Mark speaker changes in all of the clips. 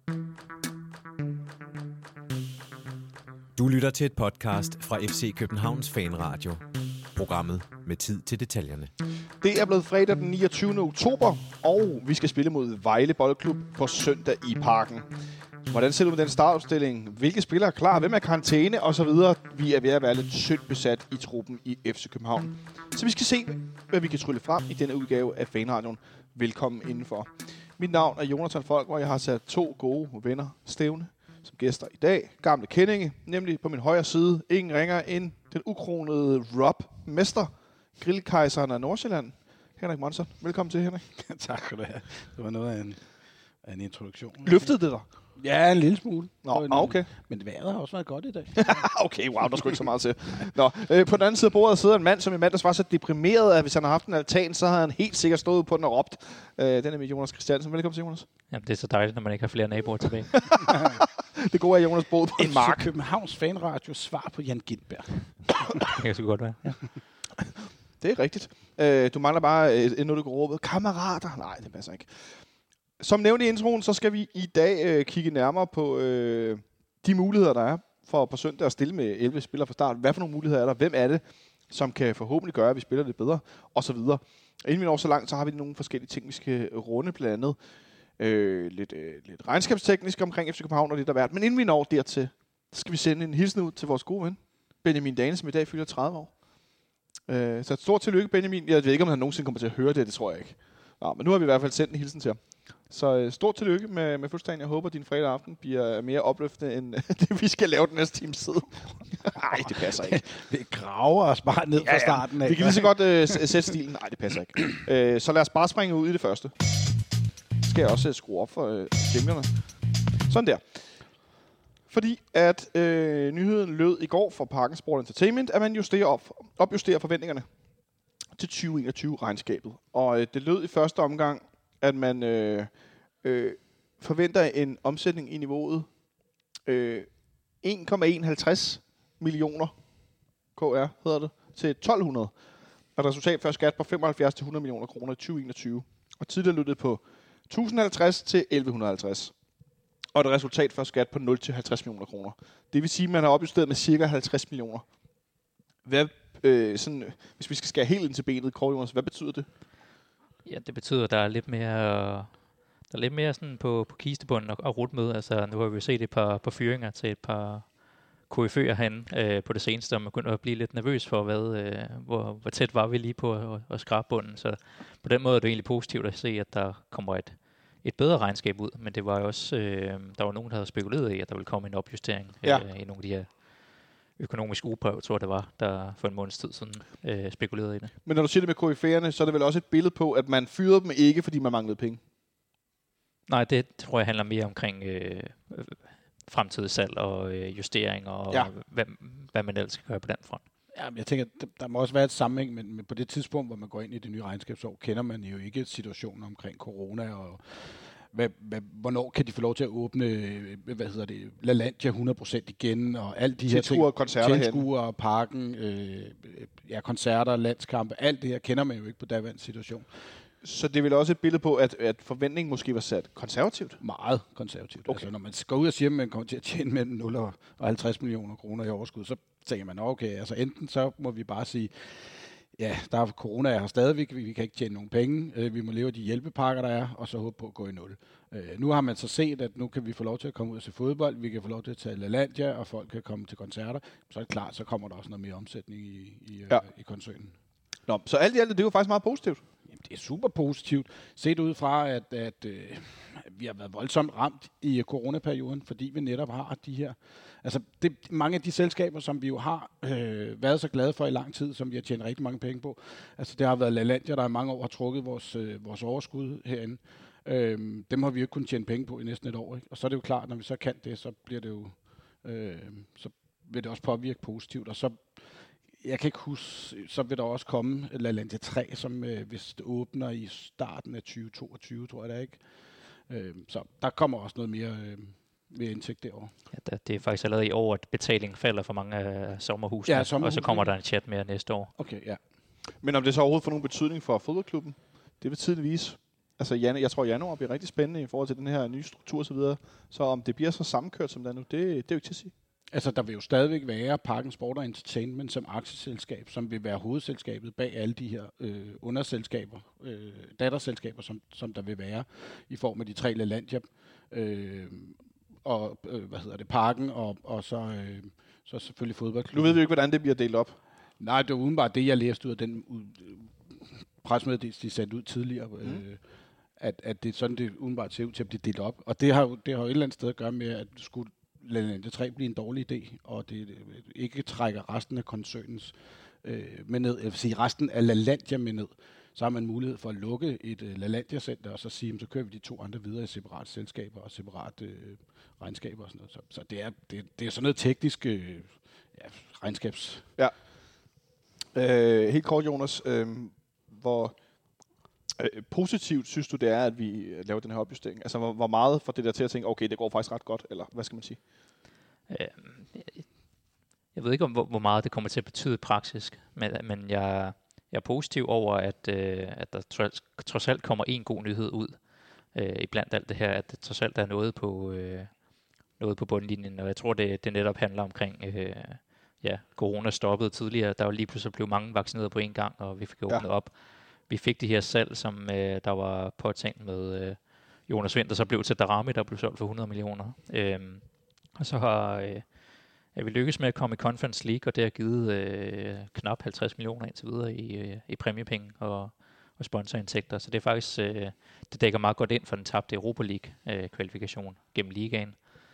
Speaker 1: Du lytter til et podcast fra FC Københavns Fanradio. Programmet med tid til detaljerne.
Speaker 2: Det er blevet fredag den 29. oktober, og vi skal spille mod Vejle Boldklub på søndag i Parken. Hvordan ser du med den startopstilling? Hvilke spillere er klar? Hvem er karantæne? Og så videre. Vi er ved at være lidt tyndt besat i truppen i FC København. Så vi skal se, hvad vi kan trylle frem i denne udgave af Fanradioen. Velkommen indenfor. Mit navn er Jonathan Folk, og jeg har sat 2 gode venner stævne som gæster i dag. Gamle kendinge, nemlig på min højre side. Ingen ringer end den ukronede Rob-mester, grillkejseren af Nordsjælland, Henrik Monson. Velkommen til, Henrik.
Speaker 3: Tak for det. Det var noget af en introduktion.
Speaker 2: Løftede det dig?
Speaker 3: Ja, en lille smule.
Speaker 2: Nå, okay.
Speaker 3: Men vejret har også været godt i dag.
Speaker 2: Okay, wow, der skulle ikke så meget til. Nå, på den anden side af bordet sidder en mand, som i mandags var så deprimeret, at hvis han har haft en altan, så havde han helt sikkert stået på den og råbt. Den er med Jonas Christiansen. Velkommen til, Jonas.
Speaker 4: Jamen, det er så dejligt, når man ikke har flere naboer tilbage.
Speaker 2: Det gode er, Jonas boede på en mark.
Speaker 3: Københavns Fanradio svar på Jan Gintberg.
Speaker 4: Det kan så godt være. Ja.
Speaker 2: Det er rigtigt. Du mangler bare endnu, du kan råbe, kammerater. Nej, det passer ikke. Som nævnt i introen, så skal vi i dag kigge nærmere på de muligheder, der er for på søndag at stille med 11 spillere fra start. Hvad for nogle muligheder er der? Hvem er det, som kan forhåbentlig gøre, at vi spiller lidt bedre? Og så videre. Inden vi når så langt, så har vi nogle forskellige ting, vi skal runde, blandt andet lidt regnskabsteknisk omkring FC København og lidt af hvert. Men inden vi når dertil, så skal vi sende en hilsen ud til vores gode ven, Benjamin Dane, som i dag fylder 30 år. Så et stort tillykke, Benjamin. Jeg ved ikke, om han nogensinde kommer til at høre det tror jeg ikke. Nå, men nu har vi i hvert fald sendt en hilsen til ham. Så stort tillykke med fødselsdagen. Jeg håber, at din fredag aften bliver mere opløftende, end det, vi skal lave den næste times tid. Nej, det passer ikke.
Speaker 3: Vi graver os bare ned fra starten af.
Speaker 2: Vi kan lige så godt sætte stilen. Nej, det passer ikke. Så lad os bare springe ud i det første. Så skal jeg også skrue op for jinglerne. Sådan der. Fordi at nyheden lød i går fra Parken Sport Entertainment, at man opjusterer forventningerne til 2021-regnskabet. Og det lød i første omgang, at man forventer en omsætning i niveauet 1,51 millioner KR, hedder det, til 1200. Og et resultat før skat på 75 til 100 millioner kroner i 2021. Og tidligere lød det på 1050 til 1150. Og et resultat før skat på 0 til 50 millioner kroner. Det vil sige, at man har opjusteret med cirka 50 millioner. Hvad, hvis vi skal skære helt ind til benet, Kåre Jonas, hvad betyder det?
Speaker 4: Ja, det betyder, at der er lidt mere sådan på kistebunden og rute med. Altså, nu har vi jo set et par fyringer til et par KF'er herinde på det seneste, og man begynder at blive lidt nervøs for, hvor tæt var vi lige på at skrabe bunden. Så på den måde er det egentlig positivt at se, at der kommer et bedre regnskab ud. Men det var jo også, der var nogen, der havde spekuleret i, at der ville komme en opjustering i nogle af de her økonomisk ugeprøv, tror jeg det var, der for en måneds tid siden spekulerede i det. Men
Speaker 2: når du siger det med KF'erne, så er det vel også et billede på, at man fyrede dem ikke, fordi man manglede penge?
Speaker 4: Nej, det tror jeg handler mere omkring fremtidig salg og justeringer og hvad man ellers skal gøre på den front.
Speaker 3: Ja, men jeg tænker, der må også være et sammenhæng, men på det tidspunkt, hvor man går ind i det nye regnskabsår, kender man jo ikke situationen omkring corona og hvornår kan de få lov til at åbne, LaLandia 100% igen, og alt de her ting, tilskuere, parken, koncerter, landskampe, alt det her kender man jo ikke på daværende situation.
Speaker 2: Så det er vel også et billede på, at forventningen måske var sat konservativt?
Speaker 3: Meget konservativt. Okay. Altså, når man går ud og siger, at man kommer til at tjene mellem 0 og 50 millioner kroner i overskud, så tænker man, okay, altså enten så må vi bare sige, ja, der er corona her stadigvæk, vi kan ikke tjene nogen penge, vi må leve af de hjælpepakker, der er, og så håbe på at gå i 0. Nu har man så set, at nu kan vi få lov til at komme ud og se fodbold, vi kan få lov til at tage LaLandia, og folk kan komme til koncerter, så er det klart, så kommer der også noget mere omsætning i koncernen.
Speaker 2: Nå, så alt i alt, det er jo faktisk meget positivt.
Speaker 3: Jamen, det er super positivt, set ud fra, at vi har været voldsomt ramt i coronaperioden, fordi vi netop har de her. Altså, mange af de selskaber, som vi jo har været så glade for i lang tid, som vi har tjent rigtig mange penge på. Altså, det har været LaLandia, der i mange år har trukket vores overskud herinde. Dem har vi jo ikke kunnet tjene penge på i næsten et år, ikke? Og så er det jo klart, når vi så kan det, så bliver det jo, så vil det også påvirke positivt, og så jeg kan ikke huske, så vil der også komme LaLandia 3, som hvis det åbner i starten af 2022, tror jeg da ikke. Så der kommer også noget mere indtægt derovre.
Speaker 4: Ja, det er faktisk allerede i år, at betalingen falder for mange af sommerhusene, og så kommer der en chat mere næste år.
Speaker 3: Okay, ja.
Speaker 2: Men om det så overhovedet får nogen betydning for fodboldklubben, det vil tiden vise. Altså, jeg tror, januar bliver rigtig spændende i forhold til den her nye struktur og så videre. Så om det bliver så sammenkørt som det er nu, det er jo ikke til at sige.
Speaker 3: Altså, der vil jo stadigvæk være Parken Sport & Entertainment som aktieselskab, som vil være hovedselskabet bag alle de her underselskaber, datterselskaber, som der vil være i form af de 3 LaLandia, og Parken, og så selvfølgelig fodboldklubben.
Speaker 2: Nu ved vi jo ikke, hvordan det bliver delt op.
Speaker 3: Nej, det var udenbart det, jeg læste ud af den pressemeddelelse, de sendte ud tidligere, at det er sådan, det udenbart ser ud til at blive delt op. Og det har jo et eller andet sted at gøre med, at skulle LaLandia 3 blive en dårlig idé, og det ikke trækker resten af koncernens med ned, jeg vil sige resten af LaLandia med ned, så har man mulighed for at lukke et LaLandia-center, og så sige, så kører vi de 2 andre videre i separate selskaber og separate regnskaber og sådan noget. Så det er sådan noget teknisk regnskabs...
Speaker 2: Ja. Helt kort, Jonas. Hvor positivt synes du, det er, at vi laver den her opjustering? Altså, hvor meget får det der til at tænke, okay, det går faktisk ret godt, eller hvad skal man sige?
Speaker 4: Jeg ved ikke, hvor meget det kommer til at betyde i praksis, men jeg er positiv over, at der trods alt kommer en god nyhed ud i blandt alt det her, at det trods alt er noget på bundlinjen, og jeg tror, det netop handler omkring, corona stoppede tidligere, der var lige pludselig blevet mange vaccineret på en gang, og vi fik åbnet op. Vi fik de her salg, som der var påtænkt med Jonas Vinter, så blev til Darami, der blev solgt for 100 millioner. Og så er vi lykkes med at komme i Conference League, og det har givet knap 50 millioner indtil videre i præmiepenge og sponsorindtægter. Så det er faktisk, det dækker meget godt ind for den tabte Europa League-kvalifikation gennem ligaen.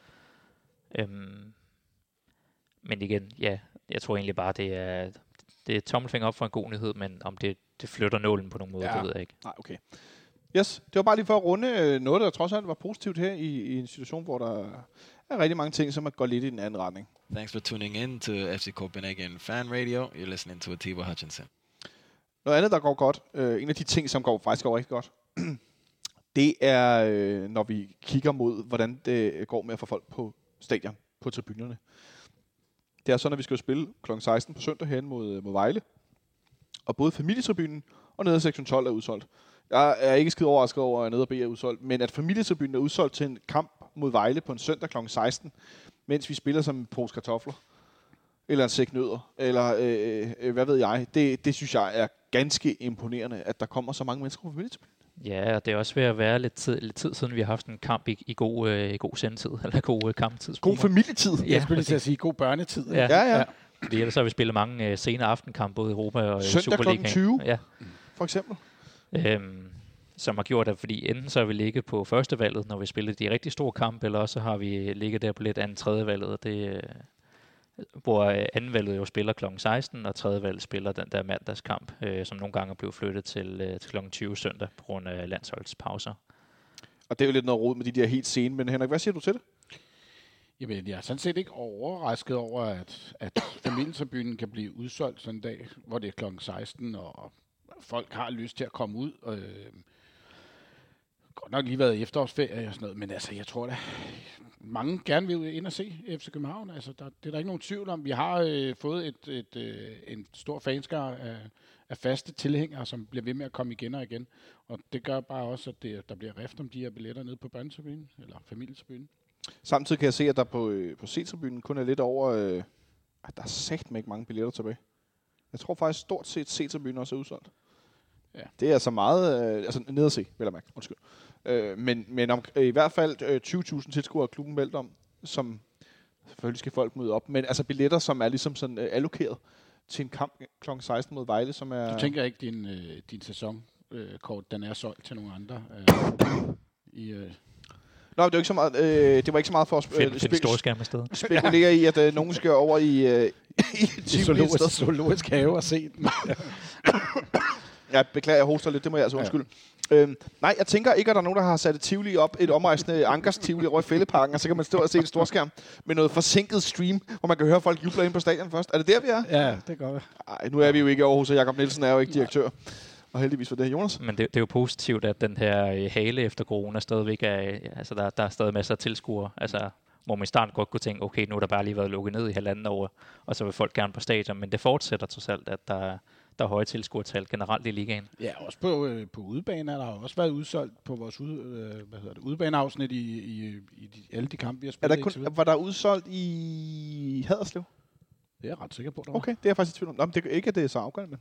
Speaker 4: Men igen, jeg tror egentlig bare, det er tommelfinger op for en god nyhed, men om det flytter nålen på nogen måde, det ved jeg ikke.
Speaker 2: Nej, okay. Yes, det var bare lige for at runde noget, der trods alt var positivt her i en situation, hvor der er rigtig mange ting, som går lidt i den anden retning.
Speaker 5: Thanks for tuning in to FC Copenhagen Fan Radio. You're listening to Atiba Hutchinson.
Speaker 2: Noget andet, der går godt, en af de ting, som faktisk går rigtig godt, det er, når vi kigger mod, hvordan det går med at få folk på stadion, på tribunerne. Det er sådan, at vi skal spille kl. 16 på søndag hen mod Vejle. Og både familietribunen og nede af sektion 12 er udsolgt. Jeg er ikke skide overrasket over, at nede af B er udsolgt, men at familietribunen er udsolgt til en kamp mod Vejle på en søndag kl. 16, mens vi spiller som en pose kartofler, eller en sæk nødder, eller hvad ved jeg. Det synes jeg er ganske imponerende, at der kommer så mange mennesker på familietribunen.
Speaker 4: Ja, og det er også ved at være lidt tid siden, vi har haft en kamp i god sendetid, eller god kamptid.
Speaker 2: God familietid.
Speaker 3: Jeg skulle lige til at sige god børnetid.
Speaker 2: Ja.
Speaker 4: Fordi ellers har vi spillet mange senere aftenkampe, både i Europa og
Speaker 2: søndag
Speaker 4: Superligaen.
Speaker 2: Søndag kl. 20,
Speaker 4: ja.
Speaker 2: for eksempel.
Speaker 4: Som har gjort, at fordi enten så har vi ligget på førstevalget, når vi spiller de rigtig store kampe, eller også har vi ligget der på lidt andet tredjevalget. Hvor andenvalget jo spiller kl. 16, og tredjevalget spiller den der mandagskamp, som nogle gange er blevet flyttet til kl. 20 søndag på grund af landsholdspauser. Og
Speaker 2: det er jo lidt noget rod med de der helt sene, men Henrik, hvad siger du til det?
Speaker 3: Jamen, jeg er sådan set ikke overrasket over, at familietribunen kan blive udsolgt sådan en dag, hvor det er kl. 16, og folk har lyst til at komme ud. Godt nok lige været i efterårsferie og sådan noget, men altså, jeg tror da, mange gerne vil ind og se FC København. Altså, det er der ikke nogen tvivl om. Vi har fået en stor fanskare af faste tilhængere, som bliver ved med at komme igen og igen. Og det gør bare også, at der bliver rift om de her billetter nede på børnetribunen, eller familietribunen.
Speaker 2: Samtidig kan jeg se, at der på C-tribunen kun er lidt over, at der er sagt med ikke mange billetter tilbage. Jeg tror faktisk stort set C-tribunen også er udsolgt. Ja. Det er altså meget, ned at se, vil jeg mærke. Undskyld. Men i hvert fald 20.000 tilskuere klubben meldt om, som selvfølgelig skal folk møde op. Men altså billetter, som er ligesom sådan allokeret til en kamp kl. 16 mod Vejle, som er...
Speaker 3: Du tænker ikke, din sæsonkort, den er solgt til nogle andre?
Speaker 2: Nå, det var ikke så meget, det var ikke så meget for at spekulere i, at nogen skal over i
Speaker 3: zoologisk have og se den.
Speaker 2: Jeg beklager, jeg hoster lidt, det må jeg altså undskylde. Nej, jeg tænker ikke, at der er nogen, der har sat et tivoli op, et omrejsende Ankers tivoli over i Fælleparken, og så kan man stå og se en storskærm med noget forsinket stream, hvor man kan høre folk juble ind på stadion først. Er det der, vi er?
Speaker 3: Ja, det gør vi.
Speaker 2: Nej, nu er vi jo ikke i Aarhus, og Jakob Nielsen er jo ikke direktør. Og heldigvis for det, Jonas.
Speaker 4: Men det er jo positivt, at den her hale efter corona stadigvæk er... Altså, der er stadig masser af tilskuere. Altså, hvor man i starten godt kunne tænke, okay, nu er der bare lige været lukket ned i 1,5 år, og så vil folk gerne på stadion. Men det fortsætter trods alt, at der der er høje tilskuertal generelt i ligaen.
Speaker 3: Ja, også på udebane er der også været udsolgt på vores udebaneafsnit i alle de kampe, vi har spillet.
Speaker 2: Var der udsolgt i Haderslev?
Speaker 3: Det er jeg ret sikker på, der var.
Speaker 2: Okay, det er jeg faktisk i tvivl om. Nå, men det er ikke, at det er så afgørende.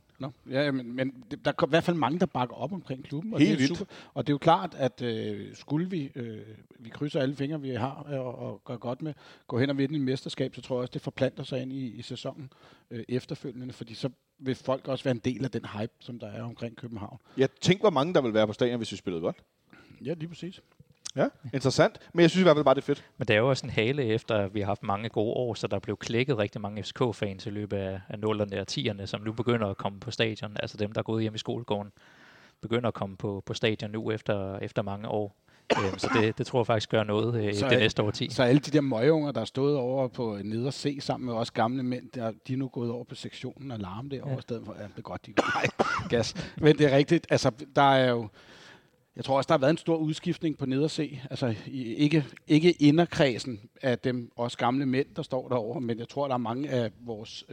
Speaker 3: Men der er i hvert fald mange, der bakker op omkring klubben. Og
Speaker 2: Helt
Speaker 3: det er
Speaker 2: vildt.
Speaker 3: super. Og det er jo klart, at skulle vi krydser alle fingre, vi har og gør godt med, gå hen og vinde en mesterskab, så tror jeg også, det forplanter sig ind i sæsonen efterfølgende, fordi så vil folk også være en del af den hype, som der er omkring København.
Speaker 2: Jeg tænker, hvor mange der vil være på stadion, hvis vi spillede godt.
Speaker 3: Ja, lige præcis.
Speaker 2: Ja, interessant. Men jeg synes i hvert fald bare, det er fedt.
Speaker 4: Men det er jo også en hale efter, at vi har haft mange gode år, så der blev klikket rigtig mange FCK-fans i løbet af 0'erne og 10'erne, som nu begynder at komme på stadion. Altså dem, der er gået hjem i skolegården, begynder at komme på stadion nu efter mange år. Så det tror jeg faktisk gør noget det næste årti.
Speaker 3: Så alle de der møgeunger, der er stået over på nede og se sammen med os gamle mænd, de er nu gået over på sektionen og larme derovre i stedet for. Ja, det er godt, de går. Gas. Men det er rigtigt. Altså, der er jo... Jeg tror også, der har været en stor udskiftning på ned og se. Altså ikke inderkredsen af dem, også gamle mænd, der står derovre, men jeg tror, der er mange af vores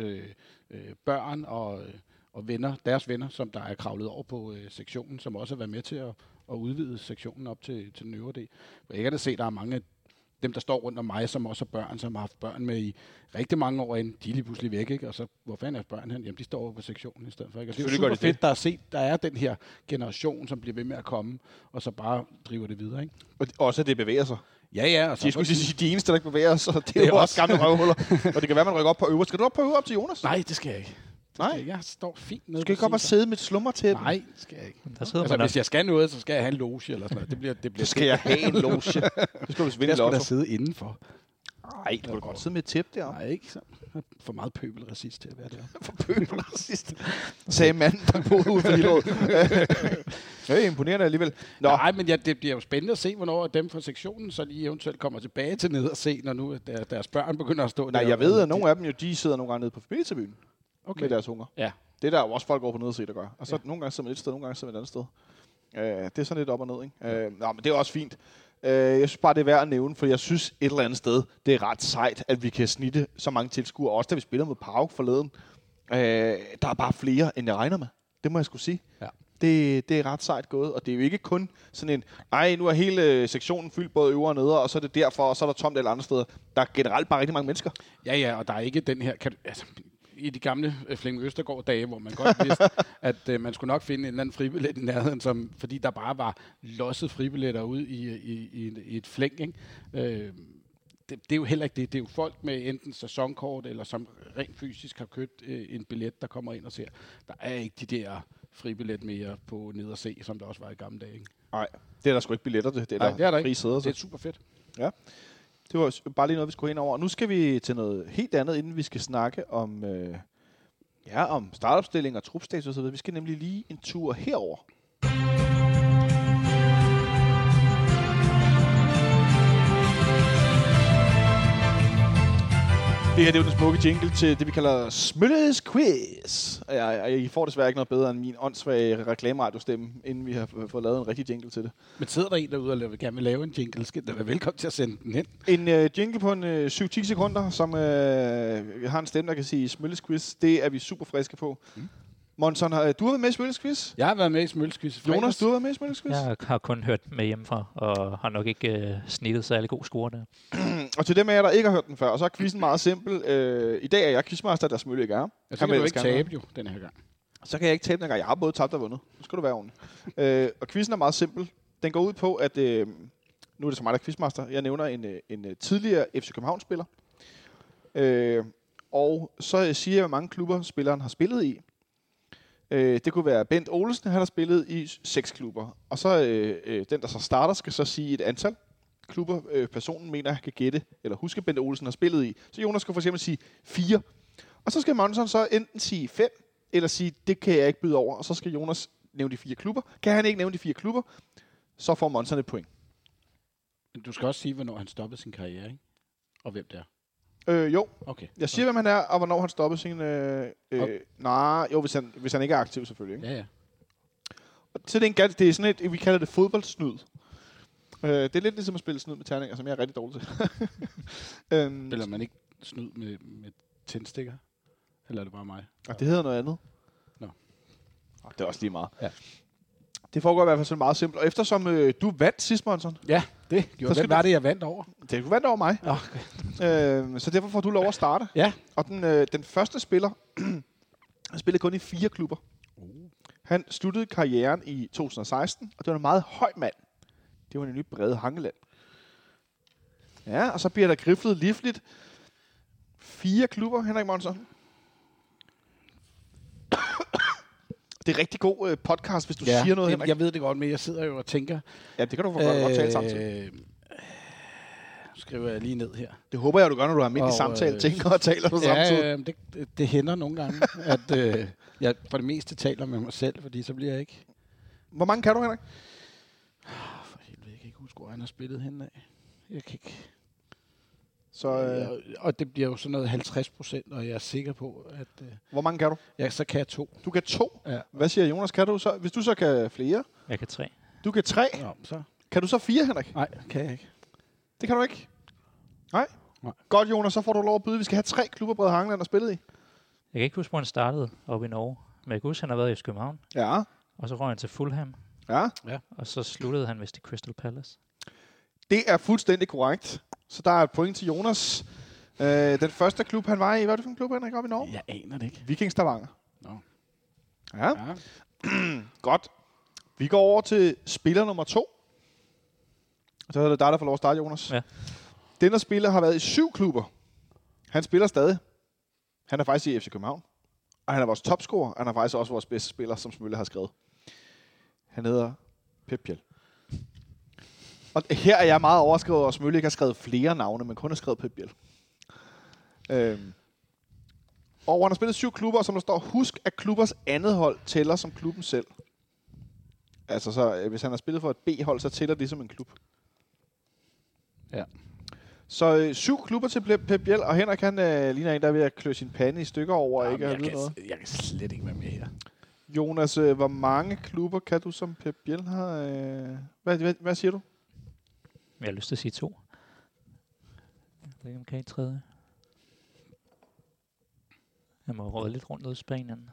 Speaker 3: børn og venner, deres venner, som der er kravlet over på sektionen, som også har været med til at udvide sektionen op til den øvre del. Jeg kan da se, der er mange af dem, der står rundt om mig, som også er børn, som har haft børn med i rigtig mange år inden, de er lige pludselig væk, ikke? Og så, hvor fanden er børn hen? Jamen, de står over på sektionen i stedet for, ikke? Og det er jo super fedt, der er den her generation, som bliver ved med at komme, og så bare driver det videre, ikke?
Speaker 2: Og også, at det bevæger sig.
Speaker 3: Ja.
Speaker 2: Og så skulle sige, de eneste, der ikke bevæger sig, det er jo også gamle røvhuller. Og det kan være, man rykker op på øverst. Skal du op til Jonas?
Speaker 3: Nej, det skal jeg ikke.
Speaker 2: Nej.
Speaker 3: Jeg står fint nede.
Speaker 2: Skal ikke op og sidde med et slummer til?
Speaker 3: Nej, det skal jeg ikke.
Speaker 4: Altså,
Speaker 3: hvis jeg skal noget, så skal jeg have en loge eller sådan noget. Det bliver
Speaker 2: skal jeg have en loge. Så skal du vinde
Speaker 3: lotto. Der sidde indenfor.
Speaker 2: Nej, du kan godt sidde med et tæp der.
Speaker 3: Nej, ikke så. For meget pøbelracist til at være der.
Speaker 2: For pøbelracist. Sagde manden, der boede ude for Hillerød. Det er imponerende alligevel. Nå.
Speaker 3: Nej, men det bliver jo spændende at se, hvornår dem fra sektionen så lige eventuelt kommer tilbage til ned og se, når nu deres børn begynder at stå der.
Speaker 2: Nej, jeg ved, at nogle af dem jo, de sidder nogle gange nede på familietribunen. Okay. Med deres unger.
Speaker 3: Ja.
Speaker 2: Det er der jo også folk over på ned og se, der gør. Og så nogle gange sidder man et sted, nogle gange sidder man et andet sted. Det er sådan lidt op og ned, ikke? Men det er også fint. Jeg synes bare, det er værd at nævne, for jeg synes et eller andet sted, det er ret sejt, at vi kan snitte så mange tilskuere. Også da vi spiller mod PAOK forleden. Der er bare flere, end jeg regner med. Det må jeg skulle sige.
Speaker 3: Ja.
Speaker 2: Det er ret sejt gået, og det er jo ikke kun sådan en, nu er hele sektionen fyldt både øvre og nede, og så er det derfor, og så er der tomt eller andre steder. Der er generelt bare rigtig mange mennesker.
Speaker 3: Ja, og der er ikke den her... I de gamle Flemming Østergaard-dage, hvor man godt vidste, at man skulle nok finde en eller anden fribillet i nærheden, fordi der bare var losset fribilletter ud i et flæng. Ikke? Det er jo heller ikke det. Det er jo folk med enten sæsonkort, eller som rent fysisk har købt en billet, der kommer ind og ser. Der er ikke de der fribillet mere på ned og se, som der også var i gamle dage. Ikke?
Speaker 2: Nej, det er der sgu ikke billetter til. Det er der fri sæder.
Speaker 3: Det er super fedt.
Speaker 2: Ja. Det var bare lige noget, vi skulle ind over. Nu skal vi til noget helt andet, inden vi skal snakke om, om startopstilling og trupstatus og så videre. Vi skal nemlig lige en tur herover. Det her det er jo den smukke jingle til det, vi kalder Smølles Quiz. I får desværre ikke noget bedre end min åndssvage reklameradiostemme, inden vi har fået lavet en rigtig jingle til det.
Speaker 3: Men sidder der en derude og gerne vil lave en jingle, skal der være velkommen til at sende den hen.
Speaker 2: En jingle på en 7-10 sekunder, som har en stemme, der kan sige Smølles Quiz. Det er vi super friske på. Monson, du har været med i Smølles Quiz?
Speaker 3: Jeg har været med i Smølles Quiz.
Speaker 2: Jonas, du har været med i Smølles Quiz?
Speaker 4: Jeg har kun hørt med hjemmefra, og har nok ikke snittet særlig god score der.
Speaker 2: Og til dem af jer, der ikke har hørt den før, og så er quizzen meget simpel. I dag er jeg quizmaster, der Smølle ikke er.
Speaker 3: Så kan du ikke tabe jo, den her gang.
Speaker 2: Så kan jeg ikke tabe den gang. Jeg har både tabt og vundet. Nu skal du være ordentlig. Og quizzen er meget simpel. Den går ud på, at nu er det så mig, der er quizmaster. Jeg nævner en tidligere FC København-spiller. Og så siger jeg, hvor mange klubber spilleren har spillet i. Det kunne være Bent Olsen, han har spillet i 6 klubber. Og så den, der så starter, skal så sige et antal klubber, personen mener, han kan gætte, eller huske, Bent Olsen har spillet i. Så Jonas skal for eksempel sige 4. Og så skal Monson så enten sige 5, eller sige, det kan jeg ikke byde over. Og så skal Jonas nævne de 4 klubber. Kan han ikke nævne de 4 klubber, så får Monson et point.
Speaker 3: Du skal også sige, hvornår han stoppede sin karriere, ikke? Og hvem det er.
Speaker 2: Jo.
Speaker 3: Okay.
Speaker 2: Jeg siger, hvem han er, og hvornår han stoppede sin... hvis han ikke er aktiv, selvfølgelig. Ikke?
Speaker 3: Ja.
Speaker 2: Så det er sådan et, vi kalder det fodboldsnyd. Det er lidt ligesom at spille snyd med terninger, som jeg er rigtig dårlig til.
Speaker 3: Spiller man ikke snyd med tændstikker? Eller er det bare mig?
Speaker 2: Og det hedder noget andet.
Speaker 3: Nå.
Speaker 2: Det er også lige meget.
Speaker 3: Ja.
Speaker 2: Det foregår i hvert fald sådan meget simpelt. Og eftersom du vandt sidst, Monson.
Speaker 3: Ja, det gjorde det. Hvad var det, jeg vandt over?
Speaker 2: Du vandt over mig.
Speaker 3: Okay.
Speaker 2: Så derfor får du lov at starte.
Speaker 3: Ja.
Speaker 2: Og den første spiller, han spillede kun i 4 klubber. Han sluttede karrieren i 2016, og det var en meget høj mand. Det var en ny Brede Hangeland. Ja, og så bliver der griflet livligt. 4 klubber, Henrik Monson. Det er rigtig god podcast, hvis du siger noget, Henrik.
Speaker 3: Jeg ved det godt, men jeg sidder jo og tænker...
Speaker 2: Ja, det kan du godt tale samtidig.
Speaker 3: Skriver jeg lige ned her.
Speaker 2: Det håber jeg, du gør, når du har almindelig samtale. Tænker og taler du samtidig.
Speaker 3: Det hænder nogle gange, at jeg for det meste taler med mig selv, fordi så bliver jeg ikke...
Speaker 2: Hvor mange kan du, Henrik?
Speaker 3: For helvede, jeg kan ikke huske, hvor han har spillet henne af. Jeg kan ikke...
Speaker 2: Så,
Speaker 3: og det bliver jo sådan noget 50%, og jeg er sikker på, at...
Speaker 2: hvor mange kan du?
Speaker 3: Ja, så kan jeg 2.
Speaker 2: Du kan 2?
Speaker 3: Ja.
Speaker 2: Hvad siger Jonas? Kan du så? Hvis du så kan flere?
Speaker 4: Jeg kan 3.
Speaker 2: Du kan 3?
Speaker 3: Ja, så.
Speaker 2: Kan du så 4, Henrik?
Speaker 3: Nej, kan jeg ikke.
Speaker 2: Det kan du ikke? Nej?
Speaker 3: Nej.
Speaker 2: Godt, Jonas, så får du lov at byde. Vi skal have 3 klubber, Brede Hangeland har spillet i.
Speaker 4: Jeg kan ikke huske, hvor han startede oppe i Norge. Men jeg kan huske, han har været i København.
Speaker 2: Ja.
Speaker 4: Og så røg han til Fulham.
Speaker 2: Ja.
Speaker 4: Og så sluttede han vist i Crystal Palace.
Speaker 2: Det er fuldstændig korrekt. Så der er et point til Jonas. Den første klub, han var i, hvad er det for en klub, Henrik, oppe i Norge?
Speaker 3: Jeg aner det ikke.
Speaker 2: Viking Stavanger.
Speaker 3: Nå.
Speaker 2: Ja. Godt. Vi går over til spiller nummer 2. Så er det dig, der får lov at starte, Jonas.
Speaker 4: Ja.
Speaker 2: Denne spiller har været i 7 klubber. Han spiller stadig. Han er faktisk i FC København. Og han er vores topscorer. Han er faktisk også vores bedste spiller, som Smølle har skrevet. Han hedder Pep Biel. Og her er jeg meget overskrevet over, at Smølle ikke har skrevet flere navne, men kun har skrevet Pep Biel. Og han har spillet 7 klubber, som der står, husk, at klubbers andet hold tæller som klubben selv. Altså, så hvis han har spillet for et B-hold, så tæller det som en klub.
Speaker 3: Ja.
Speaker 2: Så 7 klubber til Pep Biel, og Henrik, han ligner en, der er ved at klø sin pande i stykker over, ikke at vide noget.
Speaker 3: Jeg kan slet ikke være med her.
Speaker 2: Jonas, hvor mange klubber kan du som Pep Biel har? Hvad siger du?
Speaker 4: Jeg har lyst til at sige 2. Jeg ved ikke, om kan I 3. Jeg må råde lidt rundt ud i Spanien.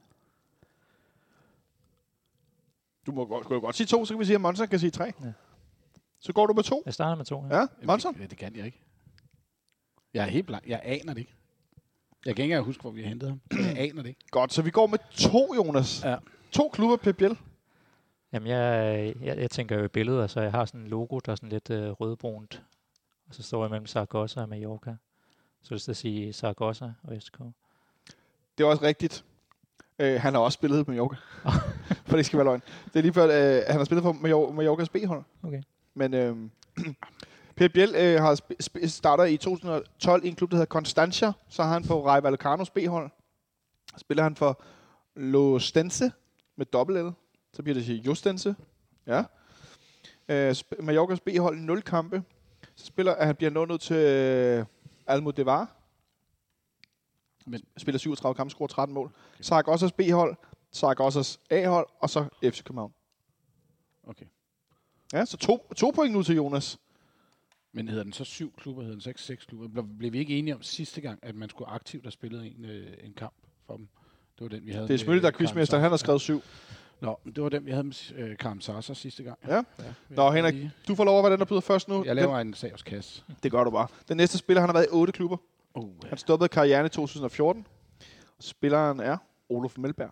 Speaker 2: Du må godt sige 2, så kan vi sige, at Monson kan sige 3.
Speaker 4: Ja.
Speaker 2: Så går du med 2.
Speaker 4: Jeg starter med 2.
Speaker 2: Ja, Monson?
Speaker 3: Det kan jeg ikke. Jeg er helt blank. Jeg aner det ikke. Jeg kan ikke engang huske, hvor vi har hentet ham. Jeg aner det ikke.
Speaker 2: Godt, så vi går med 2, Jonas.
Speaker 3: Ja.
Speaker 2: 2 klubber Pep Biel.
Speaker 4: Jamen, jeg tænker jo i billeder, så jeg har sådan en logo, der er sådan lidt rødbrunt. Og så står jeg mellem Zaragoza og Mallorca. Så det skal sige Zaragoza og SK.
Speaker 2: Det er også rigtigt. Han har også spillet på Mallorca. For det skal være løgn. Det er lige før, han har spillet på Mallorcas B-hold.
Speaker 4: Okay.
Speaker 2: Men Pep Biel har starter i 2012 i en klub, der hedder Constancia. Så har han på Rayo Vallecanos B-hold. Spiller han for Lostense med dobbelt L. Så bliver det til Justense. Ja. Mallorcas B-hold 0 kampe. Så spiller han bliver nået til Almodovar.
Speaker 3: Men
Speaker 2: spiller 37 kampe, scorer 13 mål. Okay. Zaragoza's B-hold, Zaragoza's A-hold, og så FC København.
Speaker 3: Okay.
Speaker 2: Ja, så 2 point nu til Jonas.
Speaker 3: Men hedder den så 7 klubber, hedder den så ikke 6 klubber? Blev vi ikke enige om sidste gang, at man skulle aktivt have spillet en kamp for dem? Det var den, vi havde.
Speaker 2: Det er Smølle, der er quizmester. Han har skrevet 7.
Speaker 3: Nå, det var den, vi havde med Karim Sasa sidste gang.
Speaker 2: Ja. Nå, Henrik, du får lov at være den, der byder først nu.
Speaker 3: Jeg laver en sagskasse.
Speaker 2: Det gør du bare. Den næste spiller, han har været i 8 klubber. Han stoppede karrieren i 2014. Spilleren er Olof Melberg.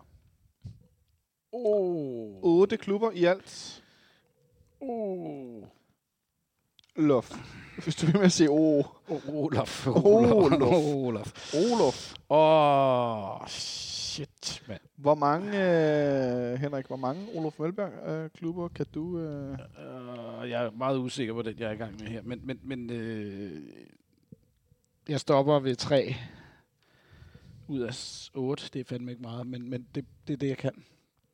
Speaker 2: 8 klubber i alt. Olof. Hvis du vil med at sige
Speaker 3: Olof. Shit, mand.
Speaker 2: Hvor mange, Henrik, hvor mange Olof Melberg klubber kan du...
Speaker 3: Jeg er meget usikker på den, jeg er i gang med her. Men jeg stopper ved 3 ud af 8. Det er fandme ikke meget, men det er det, jeg kan.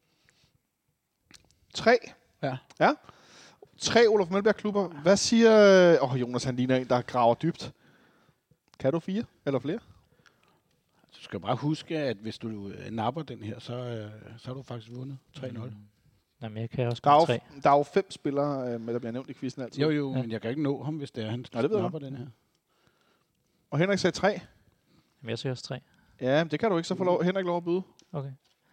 Speaker 2: 3?
Speaker 3: Ja.
Speaker 2: 3 Olof Melberg-klubber. Hvad siger... Jonas, han ligner en, der graver dybt. Kan du 4 eller flere?
Speaker 3: Du skal bare huske, at hvis du napper den her, så har du faktisk vundet 3-0.
Speaker 4: Jamen, jeg kan også godt 3.
Speaker 2: Der er jo 5 spillere, der bliver nævnt i quizzen altid.
Speaker 3: Jo, men jeg kan ikke nå ham, hvis det er, han napper den her.
Speaker 2: Og Henrik sagde 3.
Speaker 4: Jamen, jeg siger også 3.
Speaker 2: Ja, det kan du ikke, så får Henrik lov at byde.
Speaker 4: Okay.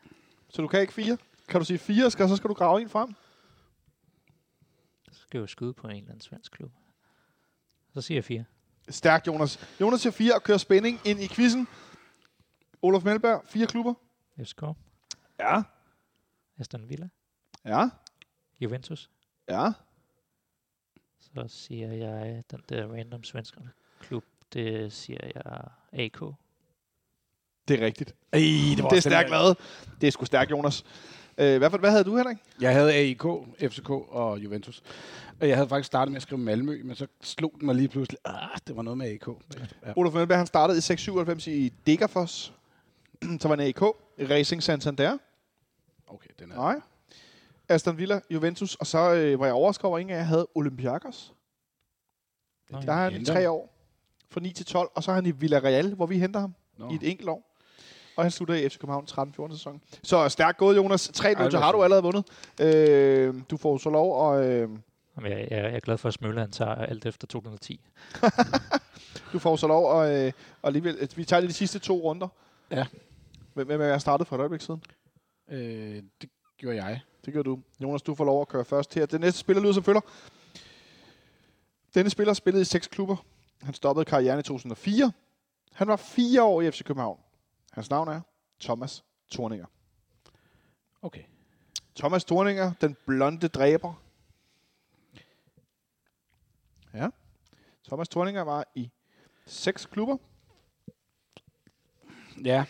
Speaker 2: Så du kan ikke 4? Kan du sige 4, så skal du grave en frem?
Speaker 4: Så skal jeg jo skyde på en eller anden svensk klub. Så siger jeg 4.
Speaker 2: Stærkt, Jonas. Jonas siger 4 og kører spænding ind i quizzen. Olof Melberg, 4 klubber.
Speaker 4: FCK.
Speaker 2: Ja.
Speaker 4: Aston Villa.
Speaker 2: Ja.
Speaker 4: Juventus.
Speaker 2: Ja.
Speaker 4: Så siger jeg den der random svenske klub. Det siger jeg AK.
Speaker 2: Det er rigtigt.
Speaker 3: Det
Speaker 2: Det er stærkt lavet. Det er sgu stærkt, Jonas. Hvad havde du, Henrik?
Speaker 3: Jeg havde AIK, FCK og Juventus. Og jeg havde faktisk startet med at skrive Malmø, men så slog den mig lige pludselig. Det var noget med AIK. Ja.
Speaker 2: Olof Melberg, han startede i 697 i Degerfors. Så var han AIK. Racing Santander.
Speaker 3: Okay, den er...
Speaker 2: Nej. Aston Villa, Juventus. Og så var jeg overrasket over, at ingen af jer havde Olympiakos. Der har han i 3 år. Fra 9 til 12. Og så er han i Villarreal, hvor vi henter ham i et enkelt år. Og han slutter i FC København 13-14 sæson. Så stærkt gået, Jonas. 3-0, så har du allerede vundet. Du får så lov at...
Speaker 4: Jeg er glad for, at Smølle han tager alt efter 2010.
Speaker 2: Du får så lov at alligevel... Vi tager lige de sidste 2 runder.
Speaker 3: Ja.
Speaker 2: Hvem er jeg startet for et øjeblik siden?
Speaker 3: Det gjorde jeg.
Speaker 2: Det gør du. Jonas, du får lov at køre først her. Den næste spiller lyder som følger. Denne spiller spillede i 6 klubber. Han stoppede karrieren i 2004. Han var 4 år i FC København. Hans navn er Thomas Thorninger.
Speaker 3: Okay.
Speaker 2: Thomas Thorninger, den blonde dræber. Ja. Thomas Thorninger var i 6 klubber.
Speaker 3: Ja.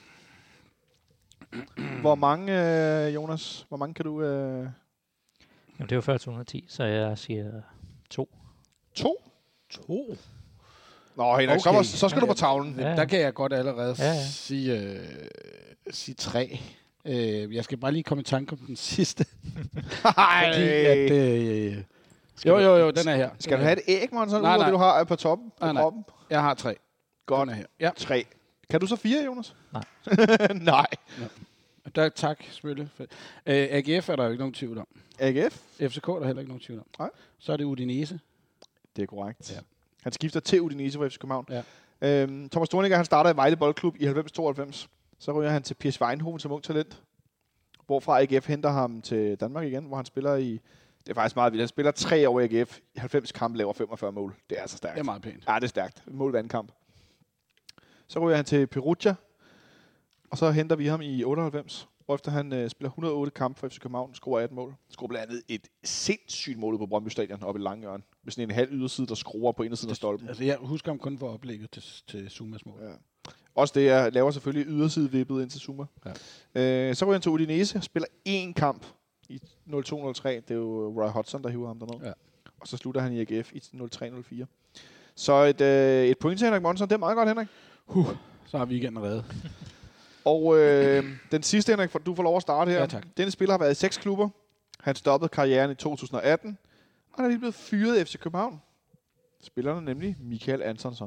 Speaker 2: Hvor mange, Jonas? Hvor mange kan du...
Speaker 4: Jamen, det var før 2010, så jeg siger 2.
Speaker 2: 2?
Speaker 3: 2?
Speaker 2: Nå, Henrik,
Speaker 3: Okay.
Speaker 2: så skal du på tavlen.
Speaker 4: Ja.
Speaker 3: Der kan jeg godt allerede
Speaker 4: Ja.
Speaker 3: sige 3. Jeg skal bare lige komme i tanke om den sidste.
Speaker 2: Ej.
Speaker 3: Fordi at... Jo, den er her.
Speaker 2: Skal du have et æg, Monsen, ud
Speaker 3: Nej,
Speaker 2: af
Speaker 3: nej.
Speaker 2: det, du har på toppen på
Speaker 3: Nej.
Speaker 2: kroppen?
Speaker 3: Jeg har 3.
Speaker 2: Godt.
Speaker 3: Den er her. Ja.
Speaker 2: 3. Kan du så 4, Jonas?
Speaker 4: Nej.
Speaker 2: Nej.
Speaker 3: Tak, Smølle. AGF er der jo ikke nogen tvivl om.
Speaker 2: AGF?
Speaker 3: FCK er der heller ikke nogen tvivl om.
Speaker 2: Nej.
Speaker 3: Så er det Udinese.
Speaker 2: Det er korrekt.
Speaker 3: Ja.
Speaker 2: Han skifter til Udinese fra FC København.
Speaker 3: Ja.
Speaker 2: Thomas Thorninger, han starter i Vejle Boldklub i 90-92. Så ryger han til PSV Eindhoven som ung talent. Hvorfra AGF henter ham til Danmark igen, hvor han spiller i... Det er faktisk meget vildt. Han spiller 3 år i AGF. I 90 kampe laver 45 mål. Det er altså stærkt.
Speaker 3: Det er meget pænt.
Speaker 2: Ja, det er stærkt. Mål hver anden kamp. Så ryger han til Perugia. Og så henter vi ham i 98. Hvorefter han spiller 108 kampe for FC København, scorer 18 mål. Scorer blandt andet et sindssygt mål på Brøndby Stadion oppe i Langhjørn. Med sådan en halv yderside, der skruer på indersiden af stolpen.
Speaker 3: Altså, jeg husker ham kun for oplægget til Zumas mål.
Speaker 2: Ja. Også det, jeg laver selvfølgelig yderside vippet ind til Zuma. Ja. Så ryger han til Udinese, spiller 1 kamp i 02-03. Det er jo Roy Hodgson, der hiver ham derned. Ja. Og så slutter han i AGF i 03-04. Så et point til Henrik Monsen. Det er meget godt, Henrik.
Speaker 3: Så har vi igen reddet.
Speaker 2: Og den sidste, Henrik, du får lov at starte her.
Speaker 3: Ja, tak.
Speaker 2: Denne spiller har været i 6 klubber. Han stoppede karrieren i 2018. Og han er lige blevet fyret i FC København. Spillerne nemlig Michael Antonsson.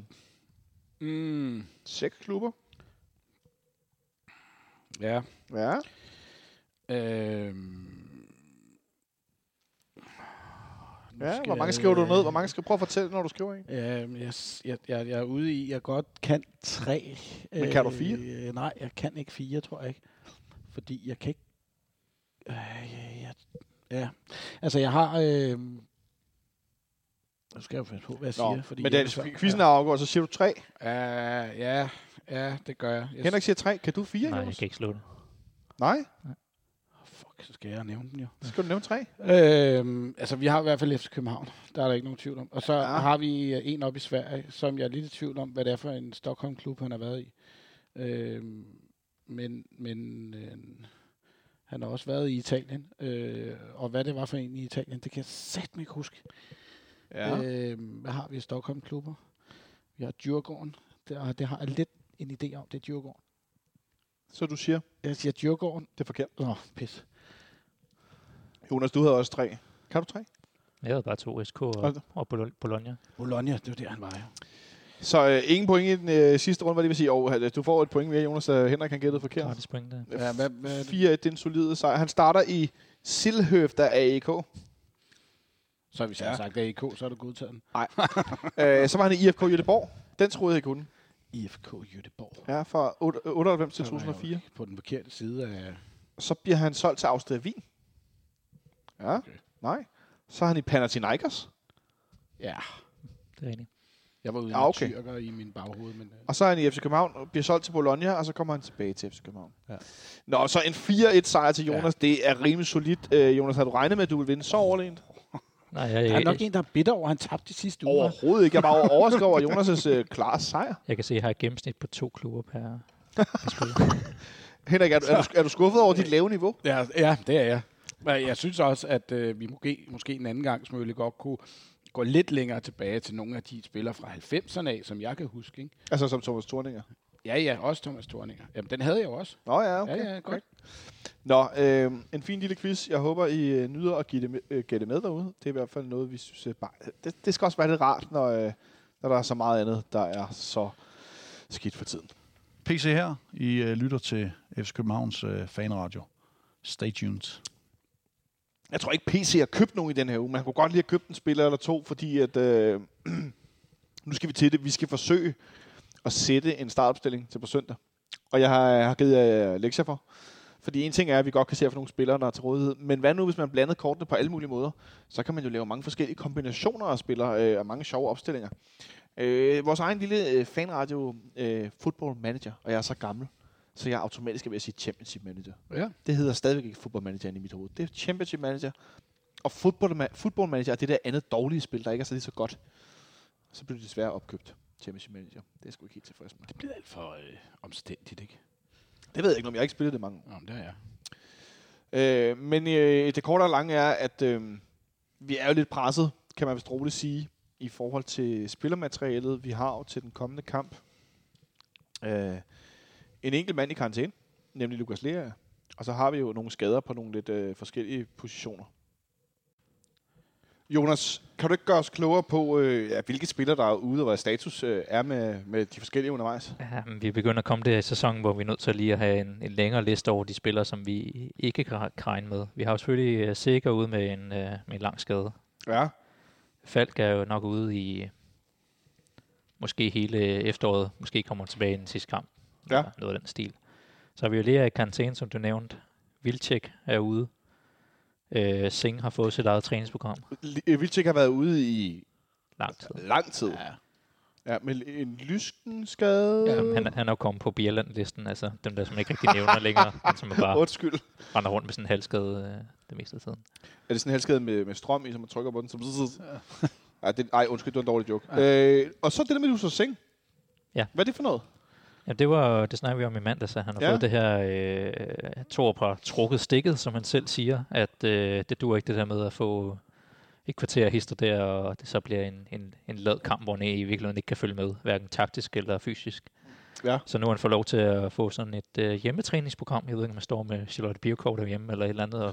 Speaker 2: 6 klubber.
Speaker 3: Ja.
Speaker 2: Ja. Ja, hvor mange skriver du ned? Hvor mange skal prøve at fortælle, når du skriver en?
Speaker 3: Jeg er ude i, jeg godt kan 3.
Speaker 2: Men kan du 4?
Speaker 3: Nej, jeg kan ikke 4, tror jeg ikke. Fordi jeg kan ikke... Ja. Altså, jeg har... Nu skal jeg jo passe på, hvad jeg siger. Fordi
Speaker 2: men quizzen er afgjort, så siger du 3.
Speaker 3: Ja, det gør jeg.
Speaker 2: Henrik siger 3. Kan du 4,
Speaker 4: Nej,
Speaker 2: Jonas?
Speaker 4: jeg kan ikke slå det.
Speaker 2: Nej?
Speaker 3: Fuck, så skal jeg nævne den jo.
Speaker 2: Så skal du nævne 3.
Speaker 3: Altså, vi har i hvert fald FC København. Der er der ikke nogen tvivl om. Og så har vi en op i Sverige, som jeg er lidt i tvivl om, hvad det er for en Stockholm-klub, han har været i. Men han har også været i Italien. Og hvad det var for en i Italien, det kan jeg satme ikke huske.
Speaker 2: Ja.
Speaker 3: Hvad har vi i Stockholm-klubber? Vi har Djurgården. Det har jeg lidt en idé om, det er Djurgården.
Speaker 2: Så du siger?
Speaker 3: Jeg siger Djurgården.
Speaker 2: Det er forkert.
Speaker 3: Pis.
Speaker 2: Jonas, du havde også 3. Kan du 3?
Speaker 4: Jeg havde bare 2 SK og Bologna.
Speaker 3: Bologna, det var der, han var jo.
Speaker 2: Så ingen point i den sidste runde, hvad det vil sige. Du får et point mere, Jonas. Henrik kan gætte forkert.
Speaker 4: Gratis point der.
Speaker 3: Ja, hvad
Speaker 2: 4-1, det er en solide sejr. Han starter i Silhøfta AEK.
Speaker 3: Så har vi sagt AEK, så er du godtaget den.
Speaker 2: Nej. Så var han i IFK Göteborg. Den troede jeg ikke kunne.
Speaker 3: IFK Göteborg.
Speaker 2: Ja, fra 98 til 2004.
Speaker 3: På den forkerte side af...
Speaker 2: Så bliver han solgt til Austria Wien. Ja, okay. Nej. Så er han i Panathinaikos.
Speaker 3: Ja,
Speaker 4: Det er rigtigt.
Speaker 3: jeg var ude
Speaker 2: Ja, okay.
Speaker 3: i tyrker i min baghoved. Men,
Speaker 2: Og så er han i FC København og bliver solgt til Bologna, og så kommer han tilbage til FC København. Ja. Nå, så en 4-1 sejr til Jonas. Ja. Det er rimelig solidt. Jonas, har du regnet med, at du vil vinde så overlegent?
Speaker 4: Nej,
Speaker 3: der er nok en, der er bitter over, han tabte de sidste uger.
Speaker 2: Overhovedet ikke. Jeg var overrasket over Jonas' klare sejr.
Speaker 4: Jeg kan se, at jeg har et gennemsnit på 2 klubber per spiller.
Speaker 2: Henrik, er du skuffet over dit lave niveau?
Speaker 3: Ja, det er jeg. Men jeg synes også, at vi måske en anden gang smølle godt kunne gå lidt længere tilbage til nogle af de spillere fra 90'erne af, som jeg kan huske. Ikke?
Speaker 2: Altså som Thomas Thorninger?
Speaker 3: Ja, også Thomas Thorninger. Jamen, den havde jeg jo også.
Speaker 2: Nå ja, okay.
Speaker 3: Ja, godt.
Speaker 2: Nå, en fin lille quiz. Jeg håber, I nyder at gætte med derude. Det er i hvert fald noget, vi synes bare... Det skal også være lidt rart, når der er så meget andet, der er så skidt for tiden.
Speaker 6: PC her. I lytter til FC Københavns fanradio. Stay tuned.
Speaker 2: Jeg tror ikke, PC har købt nogen i den her uge. Man kunne godt lige have købt en spiller eller to, fordi at... nu skal vi til det. Vi skal forsøge at sætte en startopstilling til på søndag. Og jeg har givet jer lektier for. Fordi en ting er, at vi godt kan se for nogle spillere, der er til rådighed. Men hvad nu, hvis man blandede kortene på alle mulige måder? Så kan man jo lave mange forskellige kombinationer af spillere og mange sjove opstillinger. Vores egen lille fanradio Football Manager, og jeg er så gammel, så jeg automatisk er ved at sige Championship Manager.
Speaker 3: Ja.
Speaker 2: Det hedder stadigvæk ikke Football Manager i mit hoved. Det er Championship Manager. Og Football Manager er det der andet dårlige spil, der ikke er så lige så godt. Så bliver det desværre opkøbt. Championship Manager. Det er sgu ikke helt tilfreds med.
Speaker 3: Det bliver alt for omstændigt, ikke?
Speaker 2: Det ved jeg ikke, om jeg har ikke spillet det mange år.
Speaker 3: Jamen, det er jeg.
Speaker 2: Men det korte og lange er, at vi er jo lidt presset, kan man vist roligt sige, i forhold til spillermaterialet, vi har til den kommende kamp. En enkelt mand i karantæne, nemlig Lukas Lea. Og så har vi jo nogle skader på nogle lidt forskellige positioner. Jonas, kan du ikke gøre os klogere på, hvilke spillere, der er ude, og hvad status er med de forskellige undervejs?
Speaker 4: Ja, men vi begynder at komme der i sæsonen, hvor vi er nødt til lige at have en længere liste over de spillere, som vi ikke kan regne med. Vi har jo selvfølgelig Sikker ude med en lang skade.
Speaker 2: Ja.
Speaker 4: Falk er jo nok ude i måske hele efteråret. Måske kommer han tilbage i den sidste kamp.
Speaker 2: Ja.
Speaker 4: Noget af den stil. Så har vi jo Lea i karantæne, som du nævnte. Vilcek er ude. Singh har fået sit eget træningsprogram.
Speaker 2: Vilcek har været ude i
Speaker 4: Lang tid.
Speaker 2: Ja, med en lyskenskade.
Speaker 4: Ja, han er jo kommet på Bjelland-listen, altså dem der, som ikke rigtig nævner længere, men som bare
Speaker 2: Undskyld.
Speaker 4: render rundt med sådan en halvskade det meste af tiden.
Speaker 2: Er det sådan en halvskade med strøm i, så man trykker på den? Undskyld, det var en dårlig joke.
Speaker 4: Ja.
Speaker 2: Og så det der med Lukas Singh.
Speaker 4: Ja.
Speaker 2: Hvad er det for noget?
Speaker 4: Ja, det snakker vi om i mandag, så han har fået det her Thor trukket stikket, som han selv siger, at det duer ikke det der med at få et kvarter hister der, og det så bliver en lad kamp, hvor han i virkeligheden ikke kan følge med, hverken taktisk eller fysisk. Ja. Så nu har han fået lov til at få sådan et hjemmetræningsprogram. Jeg ved ikke, om man står med Charlotte Birkow derhjemme eller et eller andet,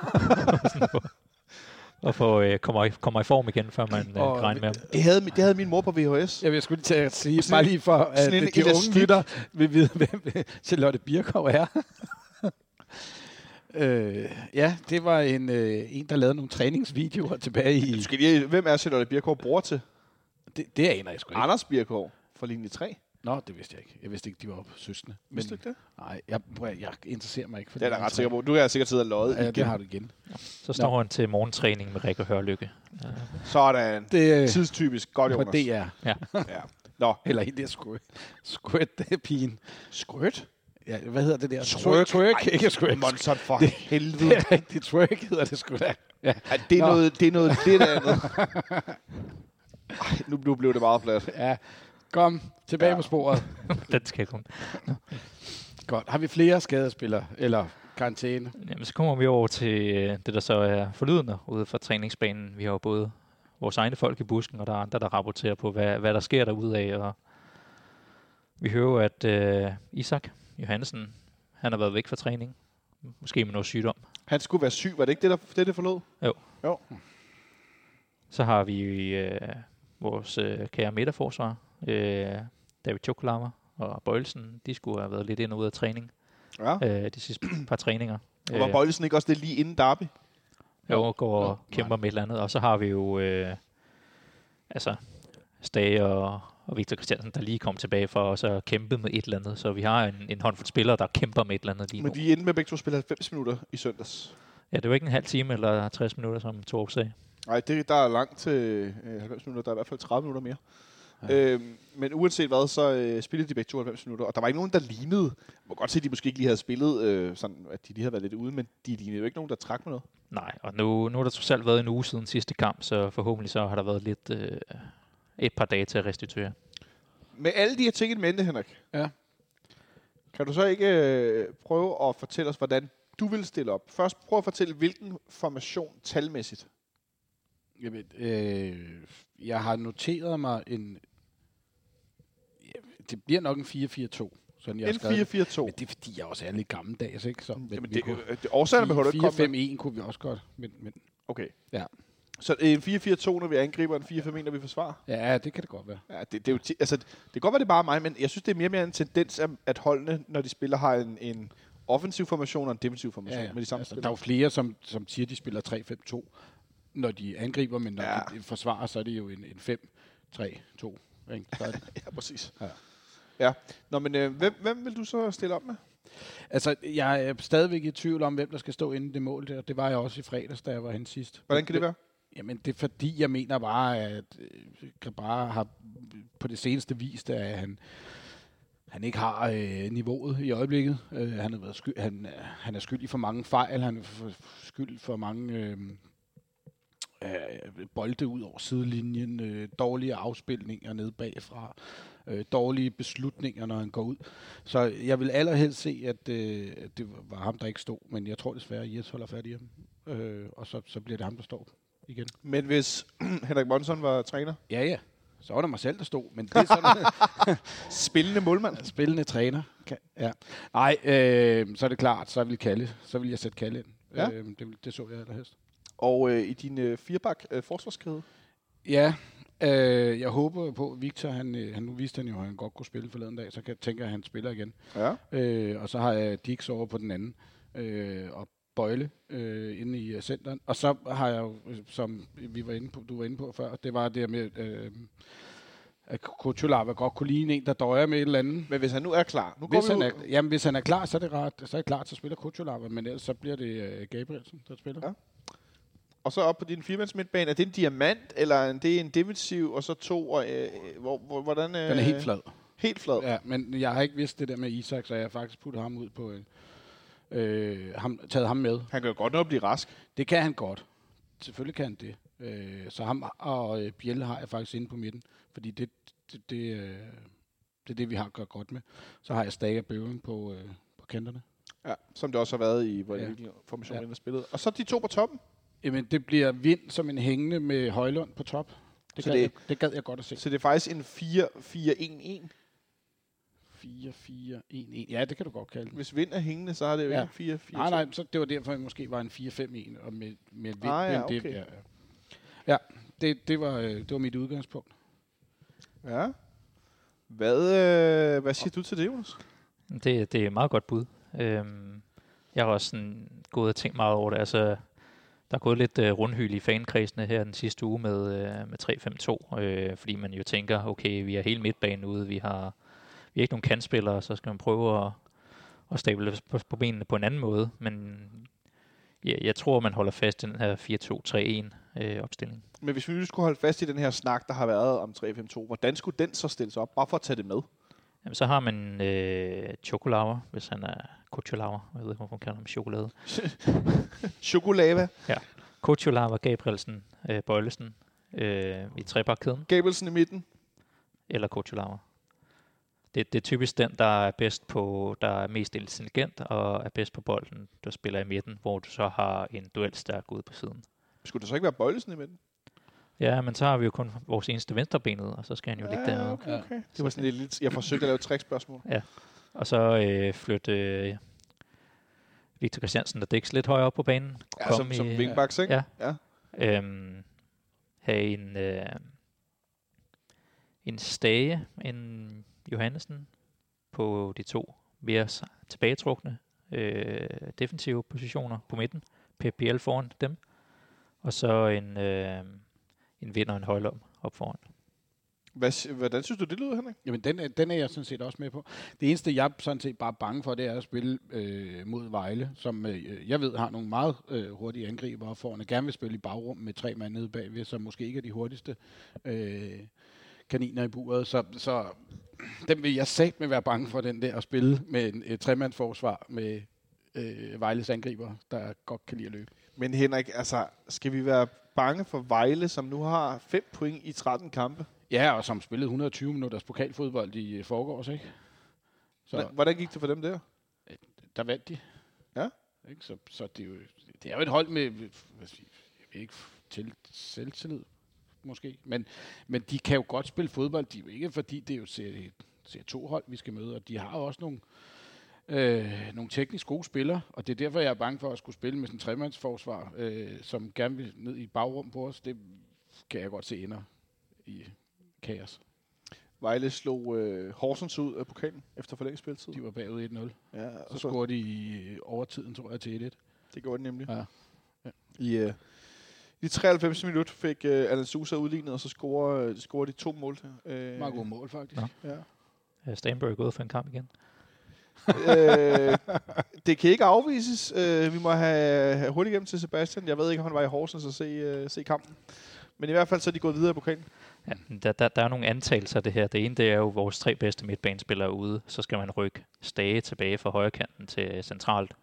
Speaker 4: og kommer i form igen, før man regner med ham.
Speaker 2: Det havde min mor på VHS.
Speaker 3: Jeg skulle lige til at sige, bare lige for, at de unge lytter vil vide, hvem Charlotte Birkow er. Ja, det var en, der lavede nogle træningsvideoer tilbage i...
Speaker 2: Hvem er Charlotte Birkow bror til?
Speaker 3: Det aner jeg sgu ikke.
Speaker 2: Anders Birkow fra linje 3.
Speaker 3: Nå, det vidste jeg ikke. Jeg vidste ikke, de var søskende.
Speaker 2: Vidste du ikke det?
Speaker 3: Nej, jeg interesserer mig ikke for
Speaker 2: det. Det er da ret sikker på. Du har sikkert siddet og løjet igen.
Speaker 3: Det har du igen.
Speaker 4: Ja. Så står han til morgentræning med Rikke Hørlykke.
Speaker 2: Sådan. Det tidstypisk. Godt, Jonas.
Speaker 3: På DR.
Speaker 4: Ja.
Speaker 2: Nå.
Speaker 3: Eller en der squirt-pigen.
Speaker 2: Squirt?
Speaker 3: Ja, hvad hedder det der?
Speaker 2: Twerk.
Speaker 3: Ikke squirt.
Speaker 2: Monster for helvede.
Speaker 3: Det er rigtigt. Twerk hedder det sgu da.
Speaker 2: Ja. Det er noget lidt andet. Nu blev det meget fladt.
Speaker 3: Ja. Kom tilbage på sporet.
Speaker 4: Den skal komme.
Speaker 3: Godt. Har vi flere skadespillere eller karantæne?
Speaker 4: Jamen, så kommer vi over til det, der så er forlydende ude fra træningsbanen. Vi har jo både vores egne folk i busken, og der er andre, der rapporterer på, hvad der sker derude af. Og vi hører at Isak Johansen, han har været væk fra træning. Måske med noget sygdom.
Speaker 2: Han skulle være syg. Var det ikke det forlod?
Speaker 4: Jo. Så har vi vores kære midterforsvar, David Chokolama og Bøjelsen. De skulle have været lidt ind og ud af træning. Ja. De sidste par træninger.
Speaker 2: Og var Bøjelsen ikke også det lige inden derby?
Speaker 4: Jo, går og kæmper med et eller andet. Og så har vi jo Stage og Victor Christiansen, der lige kom tilbage for også at kæmpe med et eller andet. Så vi har en håndfuld spillere, der kæmper med et eller andet lige nu.
Speaker 2: Men de endte med begge to at spille 90 minutter i søndags.
Speaker 4: Ja, det var ikke en halv time eller 60 minutter, som Torp sagde.
Speaker 2: Nej, der er langt til 90 minutter. Der er i hvert fald 30 minutter mere. Ja. Men uanset hvad, så spillede de begge 92 minutter. Og der var ikke nogen, der lignede. Jeg må godt se, at de måske ikke lige havde spillet, sådan at de lige havde været lidt ude, men de lignede jo ikke nogen, der trak med noget.
Speaker 4: Nej, og nu har der trods alt været en uge siden sidste kamp, så forhåbentlig så har der været lidt et par dage til at restituere.
Speaker 2: Med alle de her ting i mente, Henrik, kan du så ikke prøve at fortælle os, hvordan du vil stille op? Først prøv at fortælle, hvilken formation talmæssigt.
Speaker 3: Jamen, jeg har noteret mig en... Ja, det bliver nok en 4-4-2. Sådan jeg
Speaker 2: en 4-4-2.
Speaker 3: Men det er fordi, jeg også er lidt gammeldags, ikke? Så,
Speaker 2: jamen, det årsagerne behøver du ikke komme med.
Speaker 3: 4-5-1 kunne vi også godt. Men.
Speaker 2: Okay.
Speaker 3: Ja.
Speaker 2: Så en 4-4-2, når vi angriber, en 4-5-1, når vi forsvarer?
Speaker 3: Ja, det kan det godt være.
Speaker 2: Ja, det er jo altså, det kan godt være, det er bare mig, men jeg synes, det er mere en tendens, at holdene, når de spiller, har en offensiv formation og en defensiv formation med de samme spillere.
Speaker 3: Der er jo flere, som siger, de spiller 3-5-2, når de angriber, men når de forsvarer, så er det jo en 5-3-2. Ikke?
Speaker 2: Ja, præcis. Ja. Nå, men hvem vil du så stille op med?
Speaker 3: Altså, jeg er stadigvæk i tvivl om, hvem der skal stå inde i det mål der. Det var jeg også i fredags, da jeg var hen sidst.
Speaker 2: Hvordan kan det være?
Speaker 3: Jamen, det er fordi, jeg mener bare, at Grabara har på det seneste vist, at han ikke har niveauet i øjeblikket. Han har været han er skyld i for mange fejl. Han er skyld for mange bolde ud over sidelinjen. Dårlige afspilninger nede bagfra. Dårlige beslutninger, når han går ud. Så jeg vil allerhelst se, at det var ham, der ikke stod. Men jeg tror desværre, at Jes holder fat i ham. Og så bliver det ham, der står igen.
Speaker 2: Men hvis Henrik Monson var træner?
Speaker 3: Ja. Så var det mig selv, der stod. Men det er sådan
Speaker 2: spillende målmand.
Speaker 3: Spillende træner. Ja. Nej, så er det klart. Så vil jeg sætte Kalle ind.
Speaker 2: Ja.
Speaker 3: Det så jeg allerhelst.
Speaker 2: Og i din fireback forsvarskæde?
Speaker 3: Ja. Jeg håber på, at Victor, nu viste han jo, at han godt kunne spille forleden dag, så tænker jeg, at han spiller igen.
Speaker 2: Ja.
Speaker 3: Og så har jeg Dix over på den anden. Og Bøjle inde i centeren. Og så har jeg jo, som du var inde på før, det var det med, at Kutulava godt kunne ligne en, der døjer med et eller andet.
Speaker 2: Men hvis han nu er klar.
Speaker 3: Hvis han er klar, så er det rart. Så er det klart, så spiller Kutulava, men ellers så bliver det Gabrielsen, der spiller. Ja.
Speaker 2: Og så op på din firemands midtbane, er det en diamant, eller er det en defensiv, og så to, og hvordan...
Speaker 3: Den er helt flad.
Speaker 2: Helt flad?
Speaker 3: Ja, men jeg har ikke vidst det der med Isak, så jeg har faktisk puttet ham ud på taget ham med.
Speaker 2: Han kan jo godt nå at blive rask.
Speaker 3: Det kan han godt. Selvfølgelig kan han det. Så ham og Bjelle har jeg faktisk inde på midten, fordi det er det, vi har gjort godt med. Så har jeg Stage og Bøving på kanterne. Ja,
Speaker 2: som det også har været i formationen, der spillet. Og så de to på toppen?
Speaker 3: Jamen, det bliver Vind som en hængende med Højlund på top. Det gad jeg godt at se.
Speaker 2: Så det er faktisk en 4-4-1-1?
Speaker 3: 4-4-1-1. Ja, det kan du godt kalde det.
Speaker 2: Hvis Vind er hængende, så er det jo ikke 4-4-2.
Speaker 3: Nej, så det var derfor, det måske var en 4-5-1, og med Vind.
Speaker 2: Okay.
Speaker 3: Det var mit udgangspunkt.
Speaker 2: Ja. Hvad siger du til det, Jonas?
Speaker 4: Det er et meget godt bud. Jeg har også sådan gået og tænkt meget over det. Altså, der er gået lidt rundhyl i fankredsene her den sidste uge med 3-5-2, fordi man jo tænker, okay, vi er hele midtbanen ude, vi har ikke nogen kantspillere, så skal man prøve at stable på benene på en anden måde. Men jeg tror, man holder fast i den her 4-2-3-1 opstilling.
Speaker 2: Men hvis vi nu skulle holde fast i den her snak, der har været om 3-5-2, hvordan skulle den så stilles op? Bare for at tage det med.
Speaker 4: Jamen, så har man Chokolava, hvis han er Kutulava. Jeg ved ikke, hvorfor man kalder ham chokolade.
Speaker 2: Chokolava?
Speaker 4: Ja. Kutulava, Gabrielsen, Bøjlesen i trebakkæden.
Speaker 2: Gabrielsen i midten?
Speaker 4: Eller Kutulava. Det er typisk den, der er mest intelligent og er bedst på bolden, der spiller i midten, hvor du så har en duelstærk ude på siden.
Speaker 2: Skulle det så ikke være Bøjlesen i midten?
Speaker 4: Ja, men så har vi jo kun vores eneste venstrebenet, og så skal han jo ligge derude.
Speaker 2: Okay. Det var sådan lidt... Jeg forsøgte at lave et trickspørgsmål.
Speaker 4: Ja, og så flytte Victor Christiansen og Dix lidt højere op på banen.
Speaker 2: Ja, som wingbacks, ikke?
Speaker 4: Ja. Have en Stage, en Johannesen på de to mere tilbagetrukne defensive positioner på midten. PPL foran dem. Og så en Vind og en Højlund op foran.
Speaker 2: Hvordan synes du, det lyder, Henrik?
Speaker 3: Jamen, den er jeg sådan set også med på. Det eneste, jeg sådan set bare er bange for, det er at spille mod Vejle, som jeg ved har nogle meget hurtige angriber, og forerne gerne vil spille i bagrum med 3 mand nede bagved, som måske ikke er de hurtigste kaniner i buret. Så den vil jeg satme være bange for, den der at spille med et 3-mandsforsvar med Vejles angriber, der godt kan lide at løbe.
Speaker 2: Men Henrik, altså, skal vi være bange for Vejle, som nu har 5 point i 13 kampe?
Speaker 3: Ja, og som spillede 120 minutters pokalfodbold i forgårs, ikke? Så
Speaker 2: Hvordan gik det for dem der?
Speaker 3: der vandt de.
Speaker 2: Ja.
Speaker 3: Ikke? Så det er jo et hold med, ikke til selvtillid, måske. Men de kan jo godt spille fodbold. De er jo ikke, fordi det er jo C2-hold, vi skal møde. Og de har jo også nogle teknisk gode spillere. Og det er derfor, jeg er bange for at skulle spille med sådan en tremandsforsvar, som gerne vil ned i bagrum på os. Det kan jeg godt se ender i kaos.
Speaker 2: Vejle slog Horsens ud af pokalen efter forlænget spilletid.
Speaker 3: De var bagud 1-0.
Speaker 2: Ja,
Speaker 3: Så scorede de i overtiden, tror jeg, til 1-1.
Speaker 2: Det gjorde de nemlig.
Speaker 3: Ja.
Speaker 2: I 93 minut fik Alan Sousa udlignet, og så scorede de 2 mål.
Speaker 3: Meget gode mål, faktisk.
Speaker 2: Ja.
Speaker 4: Stanbury er gået for en kamp igen.
Speaker 2: Det kan ikke afvises. Vi må have hurtigt hjem til Sebastian. Jeg ved ikke, om han var i Horsens og se kampen. Men i hvert fald så er de gået videre i pokalen.
Speaker 4: Ja, der er nogle antagelser af det her. Det ene, det er jo vores 3 bedste midtbanespillere ude. Så skal man rykke Stage tilbage fra højre kanten til centralt.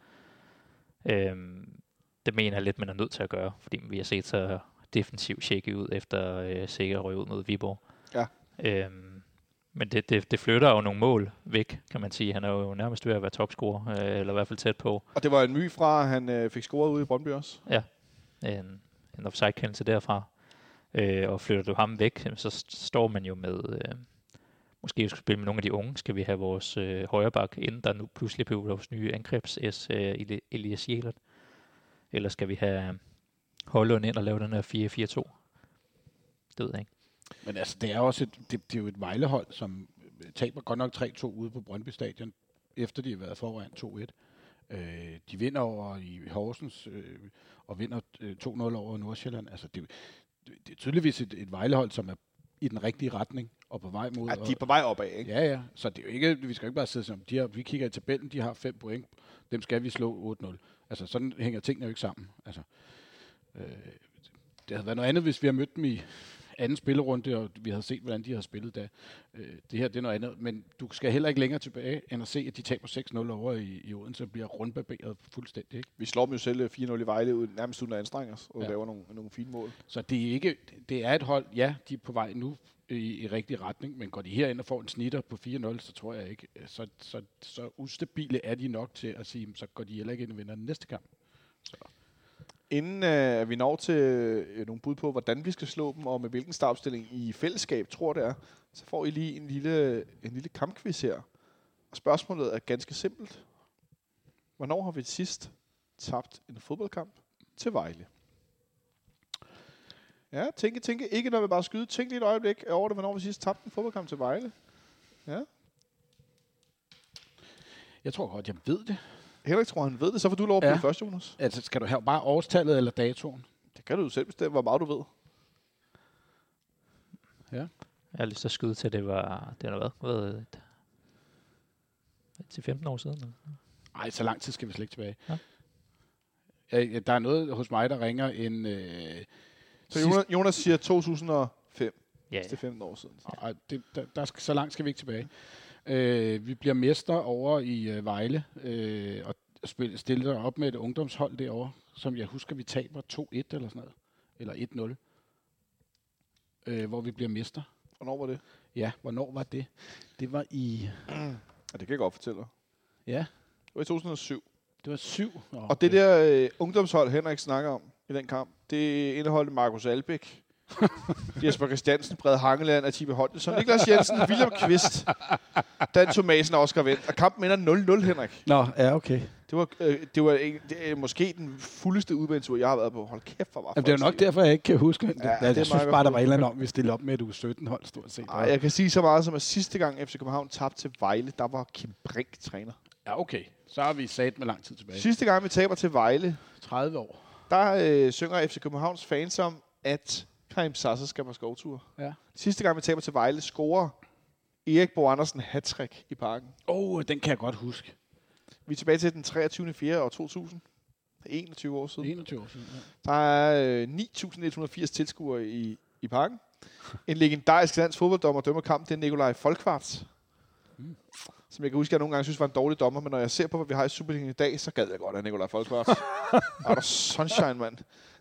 Speaker 4: Det mener jeg lidt, man er nødt til at gøre, fordi vi har set så defensivt shaky ud efter sikker røg ud mod Viborg.
Speaker 2: Ja.
Speaker 4: Men det flytter jo nogle mål væk, kan man sige. Han er jo nærmest ved at være topscorer, eller i hvert fald tæt på.
Speaker 2: Og det var en my fra, han fik scoret ude i Brøndby også.
Speaker 4: Ja, en offside-kendelse derfra. Og flytter du ham væk, så står man jo med... måske vi skal spille med nogle af de unge. Skal vi have vores højreback ind, der nu pludselig bliver vores nye angrebs-S, Elias Jelert? Eller skal vi have Højlund ind og lave den her 4-4-2? Det ved jeg ikke.
Speaker 3: Men altså, det er også det er jo et Vejlehold, som taber godt nok 3-2 ude på Brøndby Stadion, efter de har været foran 2-1. De vinder over i Horsens, og vinder 2-0 over Nordsjælland. Altså, det er tydeligvis et Vejlehold, som er i den rigtige retning og på vej mod...
Speaker 2: Ja, de er på vej opad, ikke?
Speaker 3: Ja. Så det er jo ikke, vi skal jo ikke bare sidde som... Vi kigger i tabellen, de har 5 point. Dem skal vi slå 8-0. Altså, sådan hænger tingene jo ikke sammen. Altså, det havde været noget andet, hvis vi havde mødt dem i anden spillerunde, og vi havde set, hvordan de havde spillet da. Det her, det er noget andet. Men du skal heller ikke længere tilbage, end at se, at de taber 6-0 over i Odense, og bliver rundbarberet fuldstændig. Ikke?
Speaker 2: Vi slår dem jo selv 4-0 i Vejle, nærmest uden at anstrenge os, og laver nogle fine mål.
Speaker 3: Så det er et hold, ja, de er på vej nu i rigtig retning, men går de herind og får en snitter på 4-0, så tror jeg ikke, så ustabile er de nok til at sige, så går de heller ikke ind og vinder den næste kamp. Så. Inden
Speaker 2: vi når til nogle bud på, hvordan vi skal slå dem, og med hvilken startopstilling i fællesskab, tror det er, så får I lige en lille kampquiz her. Og spørgsmålet er ganske simpelt. Hvornår har vi sidst tabt en fodboldkamp til Vejle? Ja, tænke. Ikke når vi bare skyder. Tænk lige et øjeblik over det, hvornår vi sidst tabte en fodboldkamp til Vejle. Ja.
Speaker 3: Jeg tror godt, jeg ved det.
Speaker 2: Henrik tror, han ved det. Så får du lov at blive først, Jonas.
Speaker 3: Altså, skal du have bare årstallet eller datoen?
Speaker 2: Det kan du jo selv bestemme, hvor meget du ved.
Speaker 3: Ja.
Speaker 4: Jeg har lyst til at skyde til, at det har været til 15 år siden.
Speaker 3: Nej, så lang tid skal vi slet ikke tilbage.
Speaker 4: Ja.
Speaker 3: Der er noget hos mig, der ringer en...
Speaker 2: Så Jonas siger 2005.
Speaker 4: Ja.
Speaker 2: Det er 15 år siden.
Speaker 3: Nej, så langt skal vi ikke tilbage. Vi bliver mester over i Vejle, og stiller op med et ungdomshold derovre, som jeg husker, vi taber 2-1 eller sådan noget. Eller 1-0. Hvor vi bliver mester.
Speaker 2: Hvornår var det?
Speaker 3: Ja, hvornår var det? Det var i...
Speaker 2: Ja, det kan jeg godt fortælle dig.
Speaker 3: Ja.
Speaker 2: Det var i 2007.
Speaker 3: Det var 7.
Speaker 2: Og det der ungdomshold, Henrik snakker om i den kamp, det indeholdte Markus Albæk, Jesper Christiansen, Brede Hangeland, Atibe Holtesson, Niklas Jensen, William Kvist, Dan Thomasen og Oscar Wendt. Og kampen ender 0-0, Henrik.
Speaker 3: Nå, ja, okay.
Speaker 2: Det var måske den fuldeste udbanetur, jeg har været på. Hold kæft, for
Speaker 3: det er jo nok derfor, jeg ikke kan huske det.
Speaker 2: Ja,
Speaker 3: jeg synes bare, der var et eller andet om, vi stillede op med et U17-hold, stort set.
Speaker 2: Ej, jeg kan sige så meget som, at sidste gang FC København tabte til Vejle, der var Kim Brink træner.
Speaker 3: Ja, okay. Så har vi sat med lang tid tilbage.
Speaker 2: Sidste gang, vi taber til Vejle,
Speaker 3: 30 år.
Speaker 2: der synger FC Københavns fans om, at Karim Sasser skal på skovtur.
Speaker 3: Ja.
Speaker 2: Sidste gang vi taber til Vejle, scorer Erik Bo Andersen hat-trick i Parken.
Speaker 3: Den kan jeg godt huske.
Speaker 2: Vi er tilbage til den 23. 4. år 2000. 21 år siden.
Speaker 3: 21 år siden,
Speaker 2: Der er 9.180 tilskuere i Parken. En legendarisk dansk fodbolddommer dømmer kampen, det er Nikolaj Folkvarts. Som jeg kan huske, jeg nogle gange synes var en dårlig dommer, men når jeg ser på, hvad vi har i Superligaen i dag, så gad jeg godt af Nikolaj Folkvarts. Og der sunshine, mand.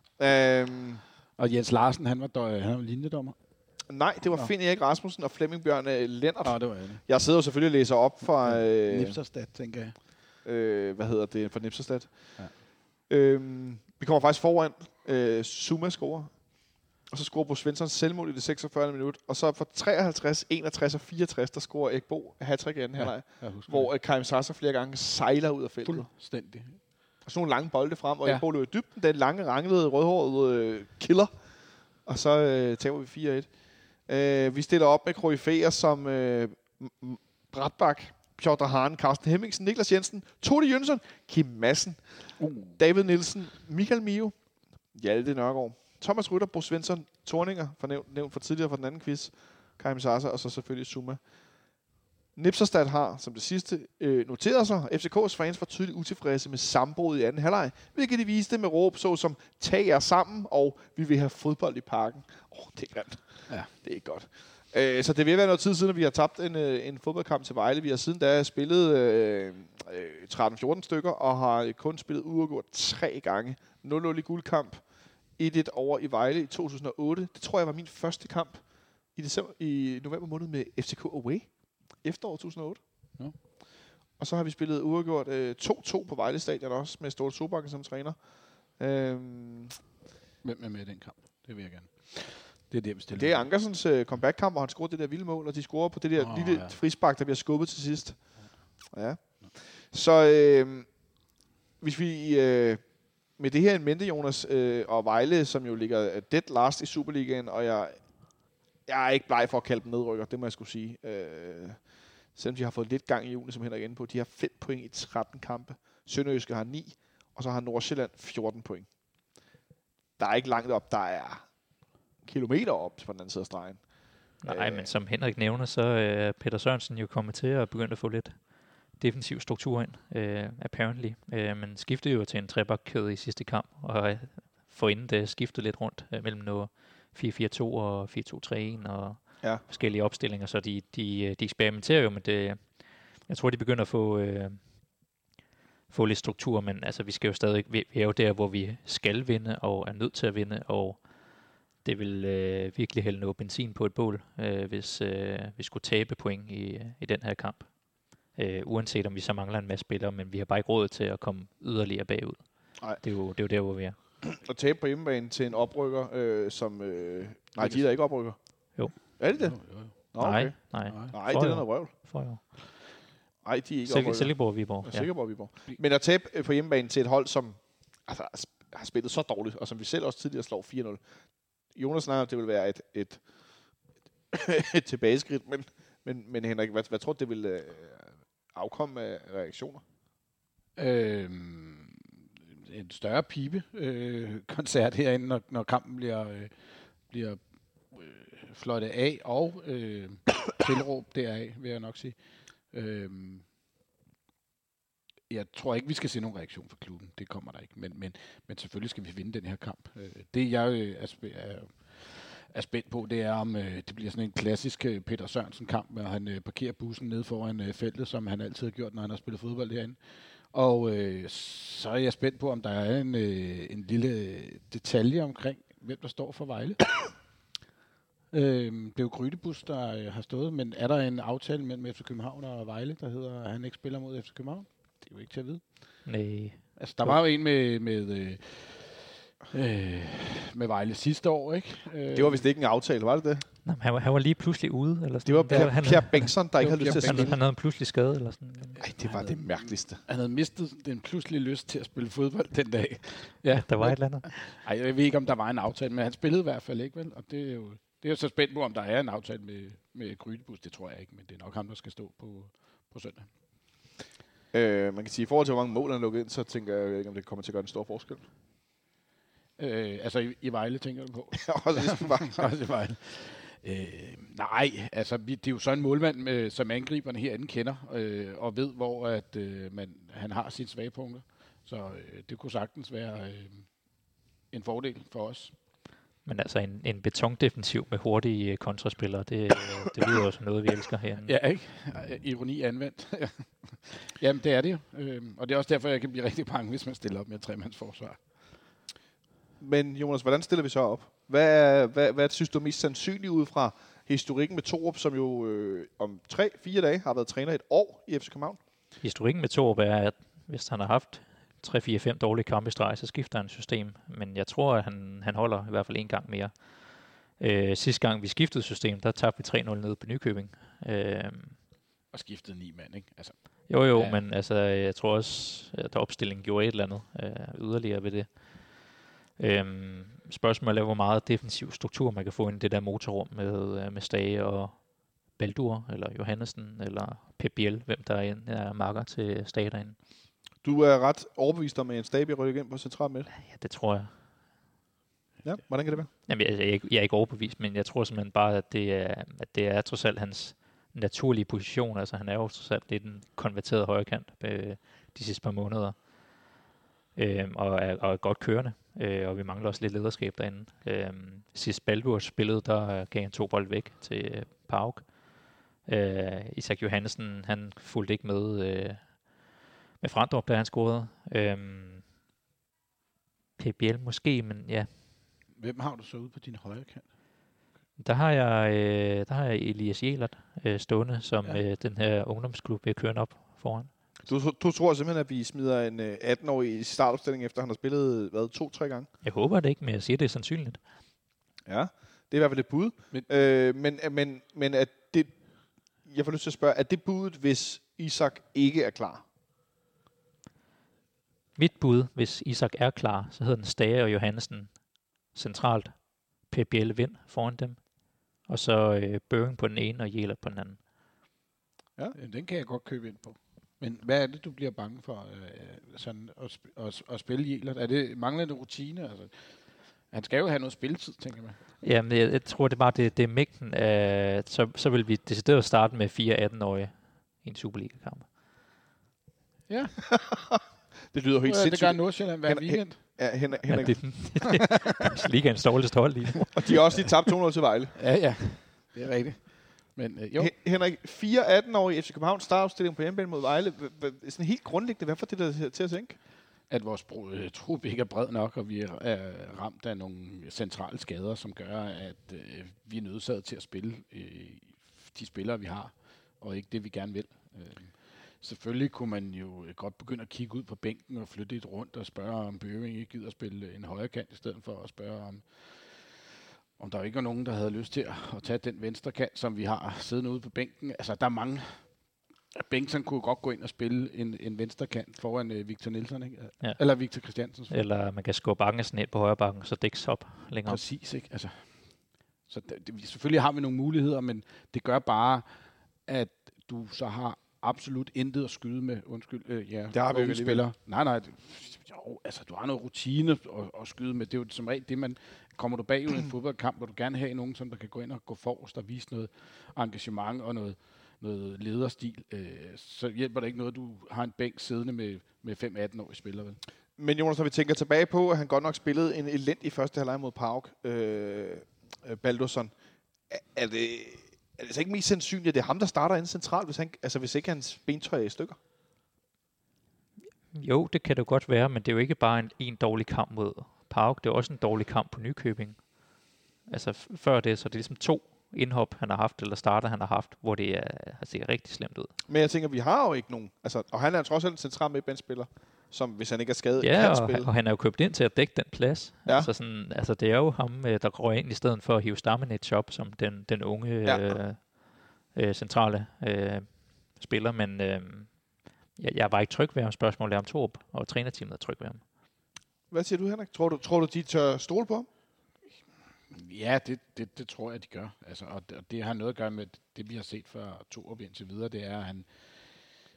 Speaker 3: Og Jens Larsen, han var linjedommer.
Speaker 2: Nej, det var Finn Erik Rasmussen og Flemming Bjørn Lennart.
Speaker 3: Det var det.
Speaker 2: Jeg sidder jo selvfølgelig og læser op fra...
Speaker 3: Nipserstad, tænker jeg.
Speaker 2: Hvad hedder det? Fra Nipserstad.
Speaker 3: Ja.
Speaker 2: Vi kommer faktisk foran. Zuma scorer. Og så scorer Bo Svensson selvmål i det 46. minut. Og så for 53, 61 og 64, der scorer Erik Bo hat-trick i anden halvleg. Hvor Karim Sasser flere gange sejler ud af feltet.
Speaker 3: Fuldstændig.
Speaker 2: Og sådan nogle lange bolde frem, og
Speaker 3: Ja.
Speaker 2: Erik Bo løber i dybden. Den lange, ranglede, rødhårede killer. Og så tager vi 4-1. Vi stiller op med koryfæer som Bratbak, Piotr Hahn, Carsten Hemmingsen, Niklas Jensen, Tode Jønsson, Kim Madsen, David Nielsen, Michael Mio, Hjalte Nørgaard, Thomas Rytter, Bo Svensson, Thorninger, nævnt for tidligere fra den anden quiz, Karim Sasser, og så selvfølgelig Zuma. Nipserstad har, som det sidste, noteret sig, FCK's fans var tydeligt utilfredse med sammenbrud i anden halvleg, hvilket de viste med råb såsom, tag jer sammen, og vi vil have fodbold i Parken. Det er grimt.
Speaker 3: Ja.
Speaker 2: Det er ikke godt. Så det vil være noget tid siden, at vi har tabt en fodboldkamp til Vejle. Vi har siden da spillet 13-14 stykker, og har kun spillet uafgjort 3 gange. 0-0 i guldkamp, 1-1 over i Vejle i 2008. Det tror jeg var min første kamp i november måned med FCK Away. Efteråret 2008.
Speaker 3: Ja.
Speaker 2: Og så har vi spillet uafgjort 2-2 på Vejle Stadion også, med Ståle Sobakken som træner.
Speaker 3: Hvem er med i den kamp? Det vil jeg gerne. Det er det, vi stiller.
Speaker 2: Det er Ankersens comeback-kamp, hvor han scorede det der vilde mål, og de scorer på det der lille frispark, der bliver skubbet til sidst. Ja. Så hvis vi med det her en mente, Jonas, og Vejle, som jo ligger dead last i Superligaen, og jeg er ikke bleg for at kalde dem nedrykker, det må jeg skulle sige. Selvom de har fået lidt gang i juni, som Henrik er inde på. De har 5 point i 13 kampe. Sønderjyske har 9, og så har Nordsjælland 14 point. Der er ikke langt op, der er kilometer op på den anden side af stregen.
Speaker 4: Nej, men som Henrik nævner, så er Peter Sørensen jo kommet til at begynde at få lidt defensiv struktur ind, apparently. Men skiftede jo til en trebakkæde i sidste kamp, og forinden det skiftede lidt rundt mellem noget 4-4-2 og 4-2-3-1 og forskellige opstillinger, så de eksperimenterer jo med det. Jeg tror, de begynder at få lidt struktur, men altså, vi skal jo stadig, vi er jo der, hvor vi skal vinde, og er nødt til at vinde, og det vil virkelig hælde noget benzin på et bål, hvis vi skulle tabe point i den her kamp. Uanset om vi så mangler en masse spillere, men vi har bare ikke råd til at komme yderligere bagud. Det er jo der, hvor vi er.
Speaker 2: Og tabe på hjemmebane til en oprykker, som... nej, de er der ikke oprykker.
Speaker 4: Jo.
Speaker 2: Er det det?
Speaker 3: Jo.
Speaker 2: Nå, okay.
Speaker 4: Nej,
Speaker 2: det er noget vrøvl.
Speaker 4: Nej,
Speaker 2: de er ikke oprykker.
Speaker 4: Silkeborg og Viborg.
Speaker 2: Ja. Silkeborg og Viborg. Men at tabe på hjemmebane til et hold, som har spillet så dårligt, og som vi selv også tidligere slår 4-0. Jonas snakker, det vil være et tilbageskridt, men Henrik, hvad tror du, det vil afkomme af reaktioner?
Speaker 3: En større pibe-koncert herinde, når kampen bliver fløjtet af, og tilråb deraf, vil jeg nok sige. Jeg tror ikke, vi skal se nogen reaktion fra klubben. Det kommer der ikke. Men selvfølgelig skal vi vinde den her kamp. Det jeg er spændt på, det er, om det bliver sådan en klassisk Peter Sørensen-kamp, hvor han parkerer bussen nede foran feltet, som han altid har gjort, når han har spillet fodbold herinde. Og så er jeg spændt på, om der er en lille detalje omkring, hvem der står for Vejle. Det er jo Grydebus, der har stået, men er der en aftale mellem FC København og Vejle, der hedder, at han ikke spiller mod FC København? Det er jo ikke til at vide.
Speaker 4: Nej.
Speaker 3: Altså, der var jo en med Vejle sidste år, ikke?
Speaker 2: Det var vist ikke en aftale, var det det?
Speaker 4: Nej, han var lige pludselig ude. Eller sådan.
Speaker 2: Det var Pierre Bengtsson, der ikke havde lyst til at spille.
Speaker 4: Han havde en pludselig skade, eller sådan.
Speaker 2: Ej, det var det mærkeligste.
Speaker 3: Han havde mistet den pludselige lyst til at spille fodbold den dag.
Speaker 4: Ja, der var et eller andet.
Speaker 3: Ej, jeg ved ikke, om der var en aftale, men han spillede i hvert fald ikke, vel? Og det er jo så spændt på, om der er en aftale med Grydebus. Det tror jeg ikke, men det er nok ham, der skal stå på søndag.
Speaker 2: Man kan sige, i forhold til, hvor mange mål han lukket ind, så tænker jeg ikke, om det kommer til at gøre en stor forskel.
Speaker 3: Altså i Vejle, tænker du på?
Speaker 2: Også
Speaker 3: i Vejle. Nej, altså det er jo så en målmand, som angriberne herinde kender, og ved, hvor at, han har sine svage punkter. Så det kunne sagtens være en fordel for os.
Speaker 4: Men altså en betondefensiv med hurtige kontraspillere, det lyder jo som noget, vi elsker herinde.
Speaker 3: Ja, ikke? Ironi anvendt. Jamen, det er det jo. Og det er også derfor, jeg kan blive rigtig bange, hvis man stiller op med et tremandsforsvar.
Speaker 2: Men Jonas, hvordan stiller vi så op? Hvad synes du er mest sandsynligt ud fra historikken med Thorup, som jo om 3-4 dage har været træner et år i FC København?
Speaker 4: Historikken med Thorup er, at hvis han har haft 3-4-5 dårlige kampe i streg, så skifter han system. Men jeg tror, at han holder i hvert fald en gang mere. Sidste gang vi skiftede system, der tabte vi 3-0 ned på Nykøbing.
Speaker 3: Og skiftede 9 mand, ikke? Altså,
Speaker 4: Jo, ja. Men altså, jeg tror også, at opstillingen gjorde et eller andet yderligere ved det. Spørgsmålet er, hvor meget defensiv struktur man kan få ind i det der motorrum med Stage og Baldur, eller Johannesen, eller Pep Biel, hvem der er marker til Stage derinde.
Speaker 2: Du er ret overbevist om, at en Stage rykker ind på central midt?
Speaker 4: Ja, det tror jeg.
Speaker 2: Ja, hvordan kan det være?
Speaker 4: Jamen, jeg er ikke overbevist, men jeg tror simpelthen bare, at det er trods alt hans naturlige position. Altså, han er jo trods alt lidt en konverteret højrekant de sidste par måneder. Og er godt kørende. Og vi mangler også lidt lederskab derinde. Sidst Baldur spillede, der gav han 2 bold væk til Pauk. Isak Johannesen, han fulgte ikke med Frandrup, da han scorede. Pep Biel måske, men ja.
Speaker 3: Hvem har du så ude på din højre kant?
Speaker 2: Der
Speaker 4: har jeg Elias Jelert stående, som den her ungdomsklub vil køre op foran.
Speaker 2: Du tror simpelthen, at vi smider en 18-årig i startopstilling, efter han har spillet 2-3 gange?
Speaker 4: Jeg håber det ikke, men jeg siger, det er sandsynligt.
Speaker 2: Ja, det er i hvert fald et bud. Men at det, jeg får lyst til at spørge, er det budet, hvis Isak ikke er klar?
Speaker 4: Mit bud, hvis Isak er klar, så hedder den Stage og Johannesen centralt. Pep Biel Vind foran dem. Og så Børing på den ene og Jelert på den anden.
Speaker 3: Ja, den kan jeg godt købe ind på. Men hvad er det, du bliver bange for sådan at spille Jelert? Er det manglende rutine? Altså, han skal jo have noget spilletid, tænker man.
Speaker 4: Jamen, jeg tror, det er bare det er mængden af... Så vil vi decideret starte med 4 18-årige i en Superliga-kamp.
Speaker 3: Ja.
Speaker 2: Det lyder helt sindssygt.
Speaker 3: Det gør Nordsjælland hver weekend.
Speaker 2: Ja, Henrik.
Speaker 4: Ja, det er ligaens dårligste hold lige nu.
Speaker 2: Og de har også lige tabt 2-0 til Vejle.
Speaker 3: Ja, det er rigtigt. Men jo.
Speaker 2: Henrik, 4 18-årige FC København startopstilling på hjemmebane mod Vejle. Sådan helt grundlæggende, hvad får det der til at tænke?
Speaker 3: At vores trup ikke er bred nok, og vi er ramt af nogle centrale skader, som gør, at vi er nødsaget til at spille de spillere, vi har, og ikke det, vi gerne vil. Selvfølgelig kunne man jo godt begynde at kigge ud på bænken og flytte lidt rundt og spørge, om Børing ikke gider at spille en højre kant, i stedet for at spørge, om der ikke er nogen, der havde lyst til at tage den venstre kant, som vi har siddende ude på bænken. Altså, der er mange. Bengtsson kunne godt gå ind og spille en venstre kant foran Victor Nielsen, ikke? Ja. Eller Victor Christiansen.
Speaker 4: Eller man kan skubbe Angersen ned på højre bakken, så dæks op længere.
Speaker 3: Præcis, ikke? Altså, så selvfølgelig har vi nogle muligheder, men det gør bare, at du så har absolut intet at skyde med. Undskyld,
Speaker 2: det har vi jo
Speaker 3: spillere. Nej, altså du har noget rutine at skyde med. Det er jo som regel det, man kommer du bagud i en fodboldkamp, hvor du gerne have nogen, som der kan gå ind og gå forrest og vise noget engagement og noget lederstil. Så hjælper det ikke noget, du har en bænk siddende med 5 18-årige spillere, vel?
Speaker 2: Men Jonas, når vi tænker tilbage på, at han godt nok spillede en elendig første halvleg mod Pauk, Baldursson, er det så ikke mest sandsynligt, at det er ham, der starter ind centralt, hvis ikke hans bentøj er i stykker?
Speaker 4: Jo, det kan det godt være, men det er jo ikke bare en dårlig kamp mod Pauk. Det er også en dårlig kamp på Nykøbing. Altså før det, så det er ligesom 2 indhop, han har haft, eller starter, han har haft, hvor det har set rigtig slemt ud.
Speaker 2: Men jeg tænker, vi har jo ikke nogen. Altså, og han er trods alt en central midtbanespiller, som hvis han ikke er skadet,
Speaker 4: ja,
Speaker 2: kan spille.
Speaker 4: Og han er jo købt ind til at dække den plads.
Speaker 2: Ja.
Speaker 4: Altså det er jo ham, der går ind i stedet for at hive Stammenich op som den unge centrale spiller. Men jeg var ikke tryg ved ham. Spørgsmålet om Thorup, og trænerteamet er tryg ved ham.
Speaker 2: Hvad siger du, Henrik? Tror du, de tør stole på ham?
Speaker 3: Ja, det tror jeg, de gør. Altså, og det har noget at gøre med det, vi har set fra Thorup indtil videre. Det er, at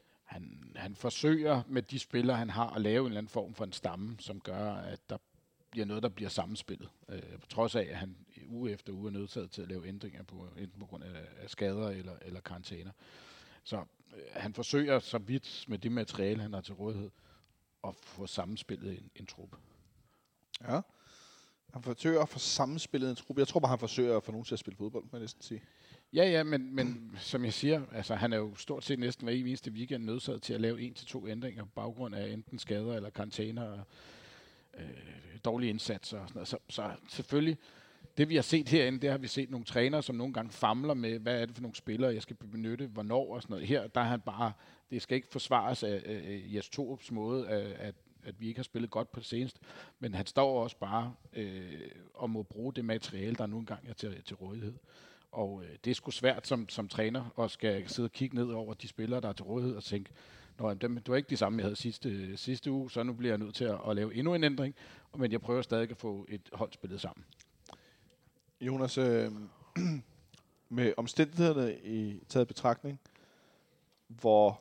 Speaker 3: han forsøger med de spillere, han har, at lave en eller anden form for en stamme, som gør, at der bliver noget, der bliver sammenspillet. På trods af, at han uge efter uge er nødsaget til at lave ændringer enten på grund af skader eller karantæner. Så han forsøger så vidt med det materiale, han har til rådighed, at få sammenspillet en trup.
Speaker 2: Ja. Han forsøger at få sammenspillet en trup. Jeg tror bare, han forsøger at få nogen til at spille fodbold, må jeg næsten sige.
Speaker 3: Ja, men som jeg siger, altså han er jo stort set næsten hver eneste weekend nødsaget til at lave 1-2 ændringer på baggrund af enten skader eller karantæner, dårlige indsatser og sådan noget. Så selvfølgelig, det vi har set herinde, det har vi set nogle trænere, som nogle gange famler med, hvad er det for nogle spillere, jeg skal benytte, hvornår og sådan noget. Her, der er han bare, det skal ikke forsvares af Jes Torups måde, at vi ikke har spillet godt på det seneste, men han står også bare og må bruge det materiale, der nu engang er til rådighed. Og det er sgu svært som træner og skal sidde og kigge ned over de spillere, der er til rådighed og tænke, det var ikke de samme, jeg havde sidste uge, så nu bliver jeg nødt til at lave endnu en ændring, men jeg prøver stadig at få et hold spillet sammen.
Speaker 2: Jonas, med omstændighederne i taget betragtning, hvor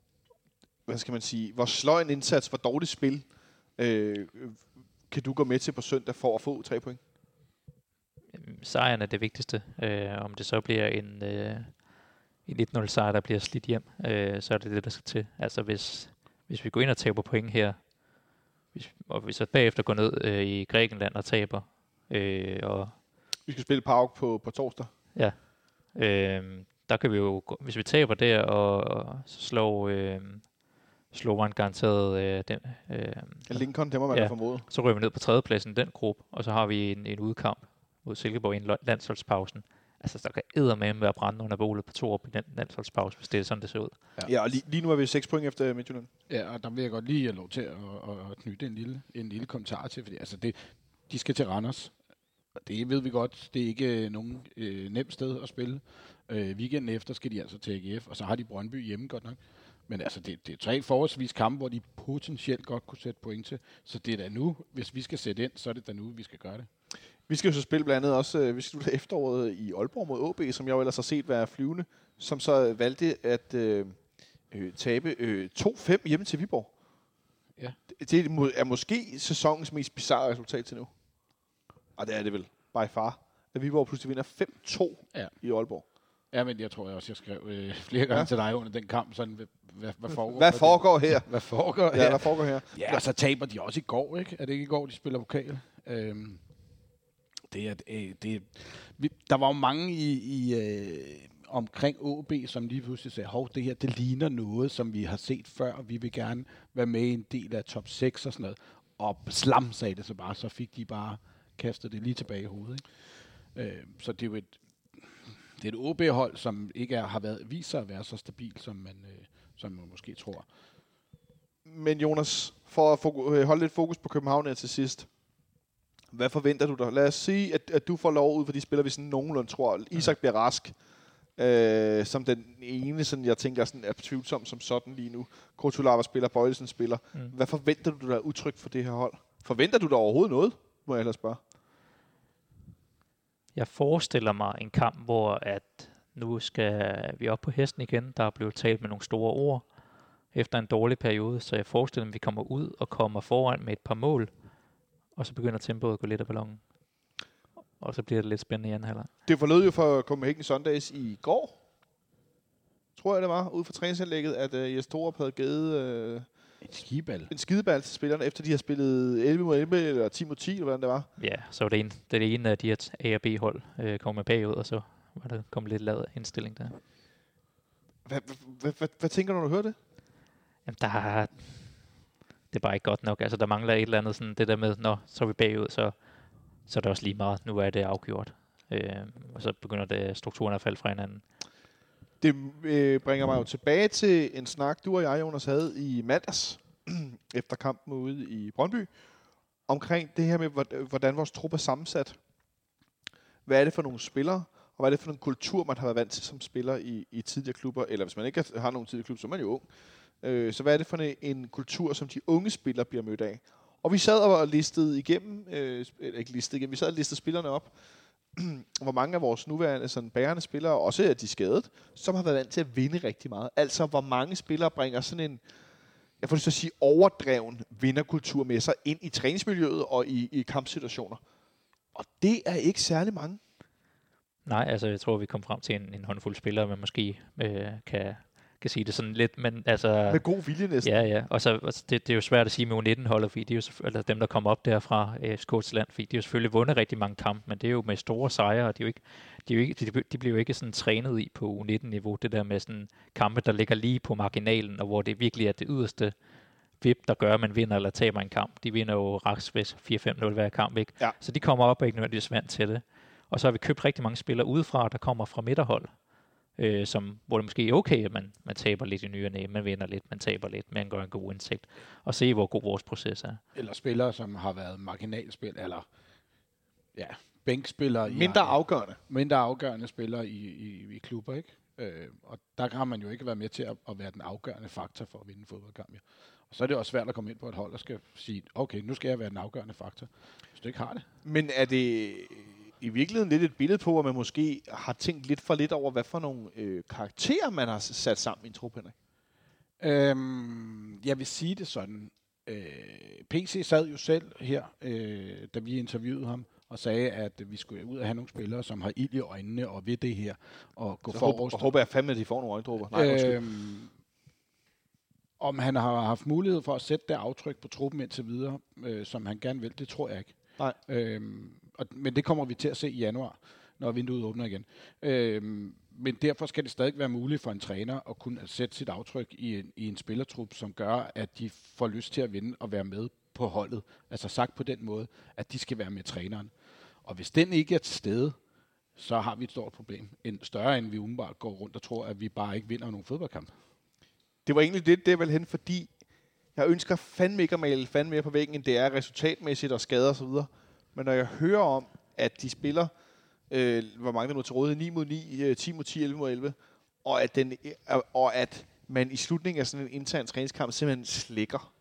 Speaker 2: sløj en indsats, hvor dårligt spil, kan du gå med til på søndag for at få 3 point?
Speaker 4: Sejren er det vigtigste. Om det så bliver en 1-0 sejr, der bliver slidt hjem, så er det det, der skal til. Altså hvis vi går ind og taber point her, og vi så bagefter går ned i Grækenland og taber, og
Speaker 2: vi skal spille PAOK på torsdag.
Speaker 4: Ja. Der kan vi jo, hvis vi taber der og slår man garanteret
Speaker 2: Lincoln, det må man da formode.
Speaker 4: Så ryger vi ned på 3. pladsen i den gruppe, og så har vi en udkamp mod Silkeborg i en landsholdspausen. Altså, der kan eddermame være brænde under bålet på 2 år på den landsholdspause, hvis det er sådan, det ser ud.
Speaker 2: Ja, og lige nu er vi 6 point efter Midtjylland.
Speaker 3: Ja, og der vil jeg godt lige have lov til at knytte en lille kommentar til, fordi altså de skal til Randers. Det ved vi godt. Det er ikke nogen nemt sted at spille. Weekenden efter skal de altså til AGF, og så har de Brøndby hjemme godt nok. Men altså, det er 3 forholdsvis kampe, hvor de potentielt godt kunne sætte point til. Så det er da nu, hvis vi skal sætte ind, så er det da nu, vi skal gøre det.
Speaker 2: Vi skal jo så spille blandt andet også, vi skal slutte efteråret i Aalborg mod AB, som jeg jo ellers har set være flyvende, som så valgte at tabe 2-5 hjemme til Viborg.
Speaker 3: Ja.
Speaker 2: Det er måske sæsonens mest bizarre resultat til nu. Og det er det vel, by far. At Viborg pludselig vinder 5-2 i Aalborg.
Speaker 3: Ja, men jeg tror også, jeg skrev flere gange til dig under den kamp, sådan, hvad foregår
Speaker 2: Hvad foregår her?
Speaker 3: Hvad foregår her?
Speaker 2: Ja, hvad foregår her?
Speaker 3: Ja, og så taber de også i går, ikke? Er det ikke i går, de spiller pokal? Der var jo mange omkring AB, som lige pludselig sagde, det her, det ligner noget, som vi har set før, og vi vil gerne være med i en del af top 6 og sådan noget. Og slam sagde det så bare, så fik de bare kastet det lige tilbage i hovedet. Ikke? Så det er jo et OB-hold, som ikke har vist sig at være så stabil, som man måske tror.
Speaker 2: Men Jonas, for at holde lidt fokus på København her til sidst, hvad forventer du dig? Lad os sige, at du får lov ud for de spillere, vi sådan nogenlunde tror. Isak bliver rask, som den ene, sådan, jeg tænker, sådan, er tvivlsom som sådan lige nu. Kotulava spiller, Bøjlesen spiller. Hvad forventer du dig udtryk for det her hold? Forventer du dig overhovedet noget, må jeg ellers spørge?
Speaker 4: Jeg forestiller mig en kamp, hvor at nu skal vi op på hesten igen. Der er blevet talt med nogle store ord efter en dårlig periode, så jeg forestiller mig, at vi kommer ud og kommer foran med et par mål, og så begynder tempoet at gå lidt af ballonen. Og så bliver det lidt spændende i anden halvleg. Det
Speaker 2: forlød jo for Copenhagen Sundays i går, tror jeg det var, ud fra træningsanlægget, at Jes Torup havde givet en skideball til spillerne, efter de har spillet 11 mod 11, eller 10 mod 10, eller hvordan det var.
Speaker 4: Ja, så var det ene af de her A- og B-hold kom med bagud, og så var der kommet lidt lavet indstilling der.
Speaker 2: Hvad tænker du, når du hører det?
Speaker 4: Jamen, det er bare ikke godt nok. Altså, der mangler et eller andet sådan, det der med, så er vi bagud, så er det også lige meget. Nu er det afgjort. Og så begynder strukturen at falde fra hinanden.
Speaker 2: Det bringer mig jo tilbage til en snak, du og jeg, Jonas, havde i mandags, efter kampen ude i Brøndby, omkring det her med, hvordan vores trup er sammensat. Hvad er det for nogle spillere, og hvad er det for en kultur, man har været vant til som spiller i tidligere klubber, eller hvis man ikke har nogen tidligere klub, så er man jo ung. Så hvad er det for en kultur, som de unge spillere bliver mødt af? Og vi sad og listede igennem, vi sad og listede spillerne op, hvor mange af vores nuværende sådan bærende spillere, også er de skadet, som har været vant til at vinde rigtig meget. Altså, hvor mange spillere bringer sådan jeg får lyst til at sige, overdreven vinderkultur med sig ind i træningsmiljøet og i kampsituationer. Og det er ikke særlig mange.
Speaker 4: Nej, altså jeg tror, vi kom frem til en håndfuld spillere, man måske kan sige det sådan lidt, men altså...
Speaker 2: Med god vilje næsten.
Speaker 4: Ja, og så det er jo svært at sige med U19-holdet, fordi de er jo eller dem, der kommer op der fra FCK's land, fordi de har selvfølgelig vundet rigtig mange kampe, men det er jo med store sejre, og de bliver jo ikke sådan trænet i på U19-niveau, det der med sådan kampe, der ligger lige på marginalen, og hvor det virkelig er det yderste vip, der gør, at man vinder eller taber en kamp. De vinder jo raksvæs 4-5-0 hver kamp, ikke? Ja. Så de kommer op og ikke nødvendigvis vant til det. Og så har vi købt rigtig mange spillere udefra, der kommer fra midterhold, hvor det måske er okay, at man taber lidt i ny og næ, man vinder lidt, man taber lidt, man gør en god indsigt, og se, hvor god vores proces er.
Speaker 3: Eller spillere, som har været marginalspil, eller bænkspillere.
Speaker 2: Mindre
Speaker 3: afgørende spillere i klubber, ikke? Og der har man jo ikke været med til at være den afgørende faktor for at vinde en fodboldkamp. Ja. Og så er det også svært at komme ind på et hold, og skal sige, okay, nu skal jeg være den afgørende faktor, hvis du ikke har det.
Speaker 2: Men er det i virkeligheden lidt et billede på, at man måske har tænkt lidt for lidt over, hvad for nogle karakterer, man har sat sammen i en trup, Henrik?
Speaker 3: Jeg vil sige det sådan. PC sad jo selv her, da vi interviewede ham, og sagde, at vi skulle ud og have nogle spillere, som har ild i øjnene og ved det her, og gå forrest.
Speaker 2: Og håber jeg fandme, at de får nogle øjendråber.
Speaker 3: Om han har haft mulighed for at sætte det aftryk på truppen indtil videre, som han gerne vil, det tror jeg ikke.
Speaker 2: Nej.
Speaker 3: Men det kommer vi til at se i januar, når vinduet åbner igen. Men derfor skal det stadig være muligt for en træner at kunne sætte sit aftryk i en spillertrup, som gør, at de får lyst til at vinde og være med på holdet. Altså sagt på den måde, at de skal være med træneren. Og hvis den ikke er til stede, så har vi et stort problem. Større end vi umiddelbart går rundt og tror, at vi bare ikke vinder nogen fodboldkamp.
Speaker 2: Det var egentlig det er vel hen, fordi jeg ønsker fandme ikke at male fandme mere på væggen, end det er resultatmæssigt og skader og så videre. Men når jeg hører om, at de spiller, hvor mange der nu til rådighed, 9 mod 9, 10 mod 10, 11 mod 11, og at man i slutningen af sådan en intern træningskamp simpelthen slikker.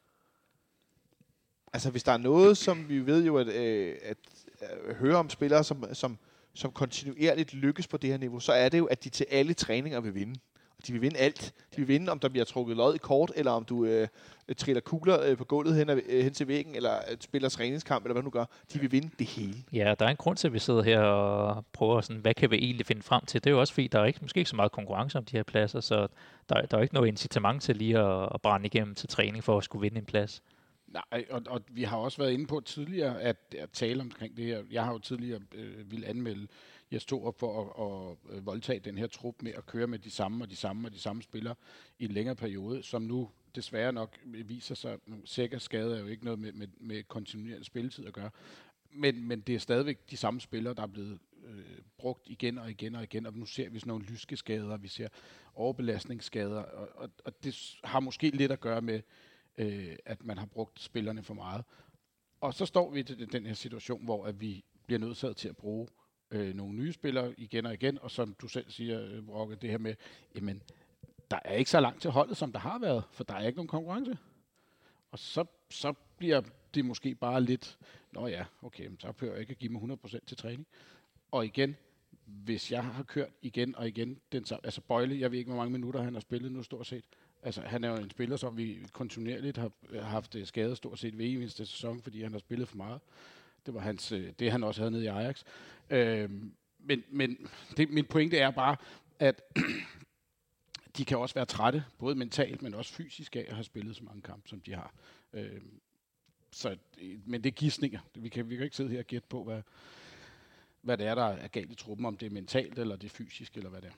Speaker 2: Altså hvis der er noget, som vi ved jo, at høre om spillere, som kontinuerligt lykkes på det her niveau, så er det jo, at de til alle træninger vil vinde. De vil vinde alt. De vil vinde, om der bliver trukket lod i kort, eller om du triller kugler på gulvet hen til væggen, eller spiller træningskamp, eller hvad du gør. De vil vinde det hele.
Speaker 4: Ja, der er en grund til, at vi sidder her og prøver sådan, hvad kan vi egentlig finde frem til? Det er jo også fordi, der er måske ikke så meget konkurrence om de her pladser, så der er ikke noget incitament til lige at brænde igennem til træning for at skulle vinde en plads.
Speaker 3: Nej, og vi har også været inde på tidligere at tale omkring det her. Jeg har jo tidligere ville anmelde Jes Torup for at voldtage den her trup med at køre med de samme spillere i en længere periode, som nu desværre nok viser sig, sikker skade er jo ikke noget med kontinuerlig spilletid at gøre, men det er stadigvæk de samme spillere, der er blevet brugt igen og igen og igen, og nu ser vi sådan nogle lyske skader, vi ser overbelastningsskader, og det har måske lidt at gøre med, at man har brugt spillerne for meget. Og så står vi i den her situation, hvor at vi bliver nødsaget til at bruge nogle nye spillere igen og igen, og som du selv siger, Brokke, det her med, jamen, der er ikke så langt til holdet, som der har været, for der er ikke nogen konkurrence. Og så bliver det måske bare lidt, nå ja, okay, så behøver jeg ikke at give mig 100% til træning. Og igen, hvis jeg har kørt igen og igen, altså Bøjle, jeg ved ikke, hvor mange minutter han har spillet nu stort set. Altså, han er jo en spiller, som vi kontinuerligt har haft skadet stort set ved eneste sæson, fordi han har spillet for meget. Det var det han også havde nede i Ajax. Men min pointe er bare, at de kan også være trætte, både mentalt, men også fysisk af at have spillet så mange kampe, som de har. Men det er gidsninger. Vi kan ikke sidde her og gætte på, hvad det er, der er galt i truppen, om det er mentalt, eller det er fysisk, eller hvad det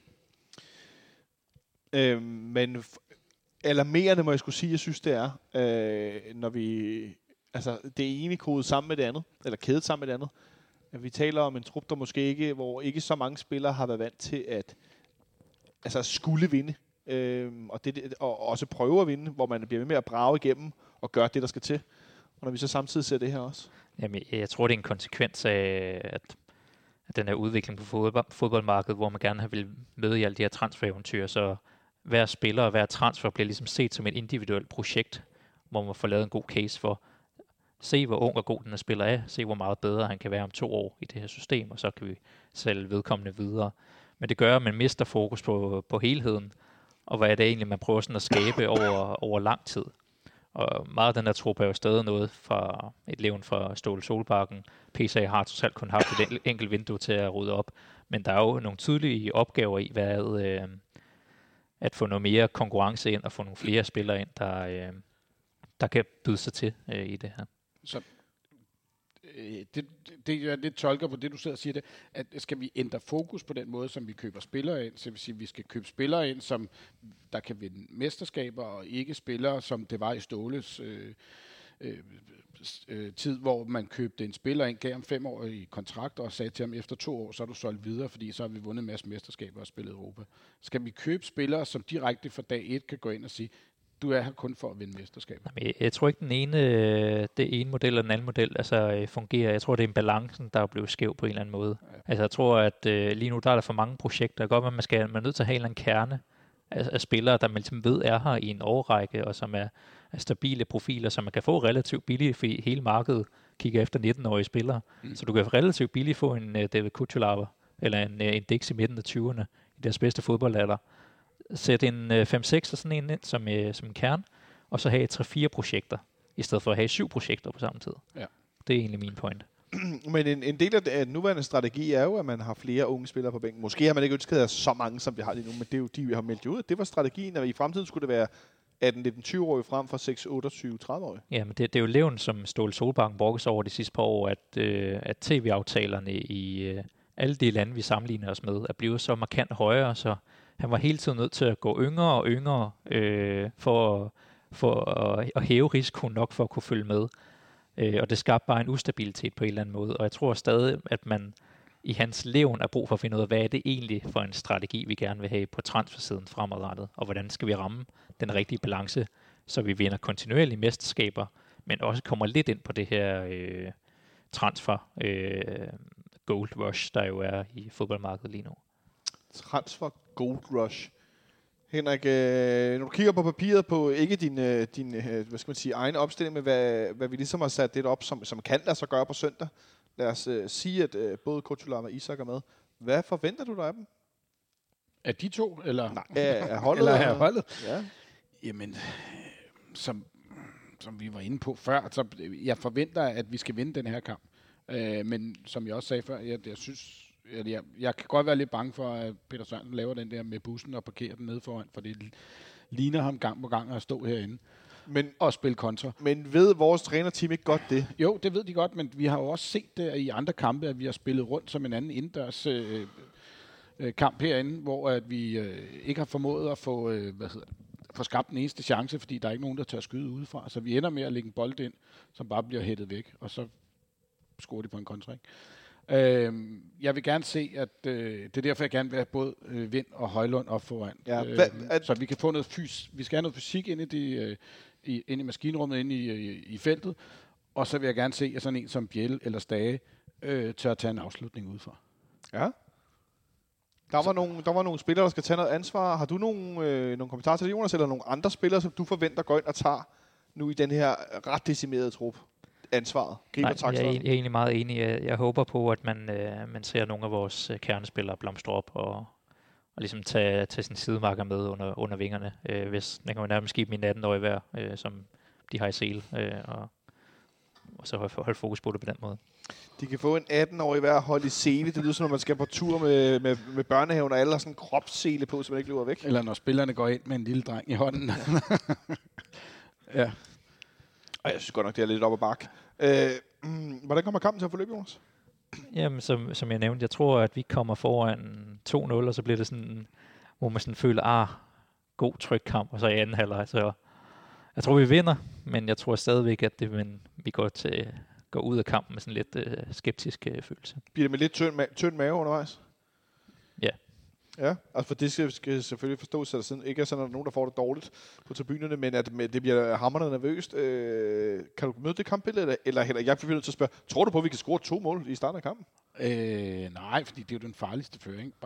Speaker 3: er.
Speaker 2: Men alarmerende må jeg skulle sige, jeg synes, det er, når vi... Altså, det ene kodet sammen med det andet, eller kædet sammen med det andet. At vi taler om en trup, der måske ikke, hvor ikke så mange spillere har været vant til at skulle vinde. Og også prøve at vinde, hvor man bliver ved med at brage igennem og gøre det, der skal til. Og når vi så samtidig ser det her også.
Speaker 4: Jamen, jeg tror, det er en konsekvens af, at den her udvikling på fodboldmarkedet, hvor man gerne vil møde i alle de her transfereventyr, så hver spiller og hver transfer bliver ligesom set som et individuelt projekt, hvor man får lavet en god case for, se hvor ung og god den her spiller er, se hvor meget bedre han kan være om 2 år i det her system, og så kan vi sælge vedkommende videre. Men det gør, at man mister fokus på helheden, og hvad er det egentlig, man prøver sådan at skabe over lang tid. Og meget af den her trup er jo stadig noget fra et levn fra Ståle Solbakken. PSA har trods alt kun haft et enkelt vindue til at rydde op. Men der er jo nogle tydelige opgaver i, at få noget mere konkurrence ind og få nogle flere spillere ind, der kan byde sig til i det her.
Speaker 3: Så det jeg lidt tolker på det, du sidder og siger, det, at skal vi ændre fokus på den måde, som vi køber spillere ind, så vil sige, at vi skal købe spillere ind, som der kan vinde mesterskaber, og ikke spillere, som det var i Ståles tid, hvor man købte en spiller ind, gav ham 5 år i kontrakt, og sagde til ham, efter 2 år, så er du solgt videre, fordi så har vi vundet en masse mesterskaber og spillet Europa. Skal vi købe spillere, som direkte fra dag 1 kan gå ind og sige, du er her kun for at vinde mesterskaber?
Speaker 4: Jeg tror ikke, det ene model og den anden model fungerer. Jeg tror, det er en balancen, der er blevet skæv på en eller anden måde. Ja. Altså, jeg tror, at lige nu der er der for mange projekter. Det er godt, at man er nødt til at have en eller anden kerne af spillere, der man ligesom ved er her i en årrække, og som er stabile profiler, som man kan få relativt billigt, fordi hele markedet kigger efter 19-årige spillere. Så du kan relativt billigt få en David Kuchulava, eller en Dix i midten af 20'erne, i deres bedste fodboldalder. Sæt en 5-6 og sådan en ind som en kern, og så have 3-4 projekter, i stedet for at have 7 projekter på samme tid. Ja. Det er egentlig min point.
Speaker 2: Men en del af den nuværende strategi er jo, at man har flere unge spillere på bænken. Måske har man ikke ønsket så mange, som vi har lige nu, men det er jo de, vi har meldt ud. Det var strategien, at i fremtiden skulle det være 18-19-20-årige frem for 6-28-30-årige.
Speaker 4: Ja, men det er jo levn, som Ståle Solbakken brokkes over de sidste par år, at tv-aftalerne i alle de lande, vi sammenligner os med, er blevet så markant højere, så han var hele tiden nødt til at gå yngre og yngre for at hæve risikoen nok for at kunne følge med. Og det skabte bare en ustabilitet på en eller anden måde. Og jeg tror stadig, at man i hans levn er brug for at finde ud af, hvad er det egentlig for en strategi, vi gerne vil have på transfersiden fremadrettet, og hvordan skal vi ramme den rigtige balance, så vi vinder kontinuerlige mesterskaber, men også kommer lidt ind på det her transfer gold rush, der jo er i fodboldmarkedet lige nu.
Speaker 2: Transfer gold rush. Henrik, når du kigger på papiret på ikke din hvad skal man sige, egen opstilling, men hvad vi ligesom har sat det op, som kan lade sig gøre på søndag. Lad os sige, at både Kuchulava og Isak er med. Hvad forventer du dig af dem?
Speaker 3: Af de to? Eller?
Speaker 2: Nej, af holdet.
Speaker 3: Eller af holdet?
Speaker 2: Ja.
Speaker 3: Jamen, som vi var inde på før, så jeg forventer, at vi skal vinde den her kamp. Men som jeg også sagde før, jeg synes, jeg kan godt være lidt bange for, at Peter Sørensen laver den der med bussen og parkerer den nede foran, for det ligner ham gang på gang at stå herinde og spille kontra. Men
Speaker 2: ved vores trænerteam ikke godt det?
Speaker 3: Jo, det ved de godt, men vi har jo også set det i andre kampe, at vi har spillet rundt som en anden indendørs kamp herinde, hvor at vi ikke har formået at få skabt den eneste chance, fordi der er ikke nogen, der tør skyde udefra. Så vi ender med at lægge en bold ind, som bare bliver hættet væk, og så scorer de på en kontra. Jeg vil gerne se, at det er derfor, jeg gerne vil have både Vind og Højlund op foran. Ja, så vi kan få noget vi skal have noget fysik ind i maskinrummet, ind i feltet, og så vil jeg gerne se, at sådan en som Bjelle eller Stage tør at tage en afslutning udefra.
Speaker 2: Ja. Der var nogle spillere, der skal tage noget ansvar. Har du nogle kommentarer til det, Jonas, eller nogle andre spillere, som du forventer går ind og tager nu i den her ret decimerede trup? Ansvaret.
Speaker 4: Nej, jeg er egentlig meget enig. Jeg håber på, at man ser nogle af vores kernespillere blomstre op og ligesom tage sin sidemarker med under vingerne. Hvis den kan man nærmest give min 18-årige hver, som de har i sele, og så holde fokus på det på den måde.
Speaker 2: De kan få en 18-årig hver hold i sele. Det lyder som, når man skal på tur med børnehaven, og alle har sådan en kropssele på, så man ikke løber væk.
Speaker 3: Eller når spillerne går ind med en lille dreng i hånden. Ja.
Speaker 2: Og jeg synes godt nok, det er lidt op ad bakke. Hvordan kommer kampen til at forløbe, Jonas?
Speaker 4: Jamen, som jeg nævnte, jeg tror, at vi kommer foran 2-0, og så bliver det sådan, hvor man sådan føler, god tryg kamp, og så i anden halvleg. Så jeg tror, vi vinder, men jeg tror stadigvæk, at vi går ud af kampen med sådan lidt skeptisk følelse.
Speaker 2: Bliver det med lidt tynd mave undervejs?
Speaker 4: Ja.
Speaker 2: Ja, altså for det skal selvfølgelig forstås, at der ikke er sådan nogen, der får det dårligt på tribunerne, men at det bliver hamrende nervøst. Kan du møde det kampbillede, eller jeg bliver nødt til at spørge, tror du på, at vi kan score 2 mål i starten af kampen?
Speaker 3: Nej, fordi det er jo den farligste føring.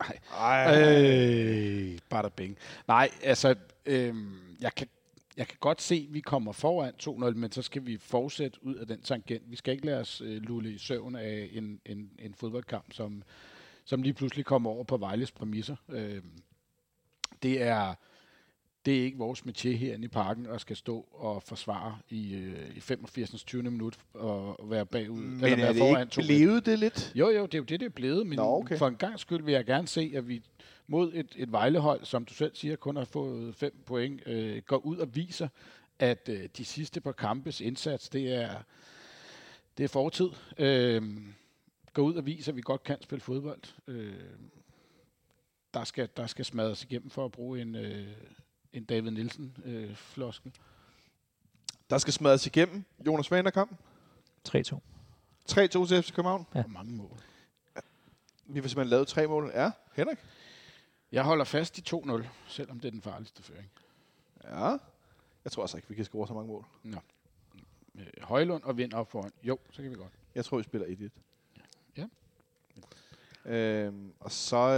Speaker 3: Bare bing. Nej, altså, jeg kan godt se, at vi kommer foran 2-0, men så skal vi fortsætte ud af den tangent. Vi skal ikke lade os lulle i søvn af en fodboldkamp, som lige pludselig kommer over på Vejles præmisser. Det det er ikke vores métier herinde i parken at skal stå og forsvare i 85. 20. minut og være bagud.
Speaker 2: Men
Speaker 3: eller være
Speaker 2: er det
Speaker 3: foran
Speaker 2: ikke
Speaker 3: 2-1.
Speaker 2: blevet det lidt?
Speaker 3: Jo, det er jo det er blevet, men
Speaker 2: okay.
Speaker 3: For en gang skyld vil jeg gerne se, at vi mod et Vejlehold, som du selv siger, kun har fået 5 point, går ud og viser, at de sidste par kampes indsats, det er fortid. Gå ud og viser, at vi godt kan spille fodbold. Der skal smadres igennem for at bruge en David Nielsen-floskel.
Speaker 2: Der skal smadres igennem. Jonas, hvad ender kampen?
Speaker 4: 3-2.
Speaker 2: 3-2 til FC København.
Speaker 4: Ja.
Speaker 3: Og mange mål.
Speaker 2: Vi får simpelthen lavet 3 mål. Ja, Henrik?
Speaker 3: Jeg holder fast i 2-0, selvom det er den farligste føring.
Speaker 2: Ja. Jeg tror altså ikke, vi kan score så mange mål.
Speaker 3: Nå. Højlund og vind op foran. Jo, så kan vi godt.
Speaker 2: Jeg tror, vi spiller 1-1.
Speaker 3: Ja.
Speaker 2: Og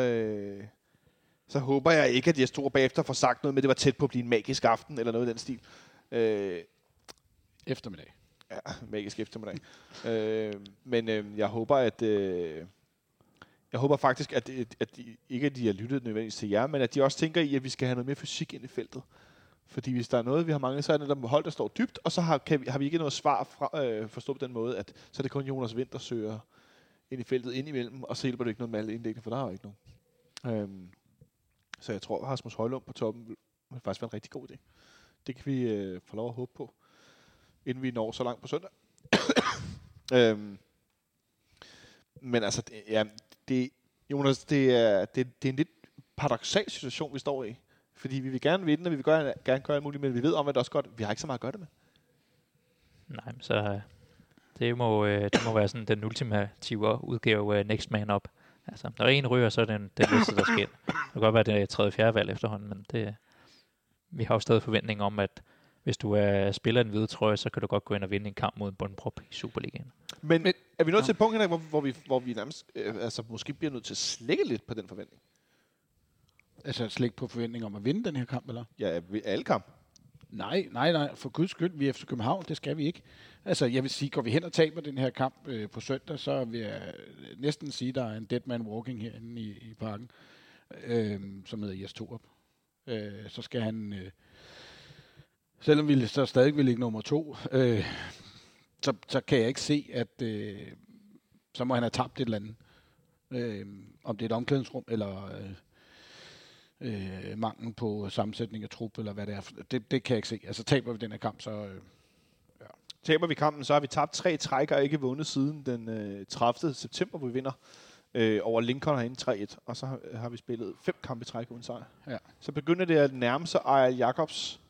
Speaker 2: så håber jeg ikke, at Jes Torup bagefter får sagt noget med, at det var tæt på at blive en magisk aften, eller noget i den stil.
Speaker 3: Eftermiddag.
Speaker 2: Ja, magisk eftermiddag. Men jeg håber, at... jeg håber faktisk, at ikke at de har lyttet nødvendigvis til jer, men at de også tænker i, at vi skal have noget mere fysik ind i feltet. Fordi hvis der er noget, vi har manglet, så er det der hold, der står dybt, og så har vi ikke noget svar forstået på den måde, at så er det kun Jonas Vind, der søger ind i feltet indimellem, og så hjælper det ikke noget med alle indlæggene, for der er jo ikke nogen. Så jeg tror, at Rasmus Højlund på toppen vil faktisk være en rigtig god idé. Det kan vi få lov at håbe på, inden vi når så langt på søndag. Men altså, Jonas, det er en lidt paradoksal situation, vi står i. Fordi vi vil gerne vinde, og vi vil gerne gøre alt muligt, men vi ved om, at det også godt, vi har ikke så meget at gøre det med.
Speaker 4: Nej, men så det må være sådan den ultimative udgave Next Man Up. Altså, når en ryger, så er det den næste, der sker. Det kan godt være, det er 3. 4. valg efterhånden, men vi har jo stadig forventning om, at hvis du spiller en hvide trøje, så kan du godt gå ind og vinde en kamp mod en bundprop i Superligaen.
Speaker 2: Men er vi nået til et punkt, Henrik, hvor vi nærmest måske bliver nødt til at slække lidt på den forventning?
Speaker 3: Altså slække på forventning om at vinde den her kamp, eller?
Speaker 2: Ja, alle kamp.
Speaker 3: Nej. For guds skyld, vi er FC København, det skal vi ikke. Altså, jeg vil sige, går vi hen og taber den her kamp på søndag, så vil jeg næsten sige, der er en dead man walking herinde i parken, som hedder Jes Torup. Så skal han, selvom vi så stadig vil ligge nummer 2, så kan jeg ikke se, at så må han have tabt et eller andet. Om det er et omklædningsrum, eller mangel på sammensætning af trup, eller hvad det er. Det kan jeg ikke se. Altså, taber vi den her kamp, så...
Speaker 2: Taber vi kampen, så har vi tabt 3 træk og ikke vundet siden den 30. september, hvor vi vinder over Lincoln herinde 3-1. Og så har vi spillet 5 kampe i træk uden sejr. Ja. Så begynder det at nærme sig Ejl Jacobs.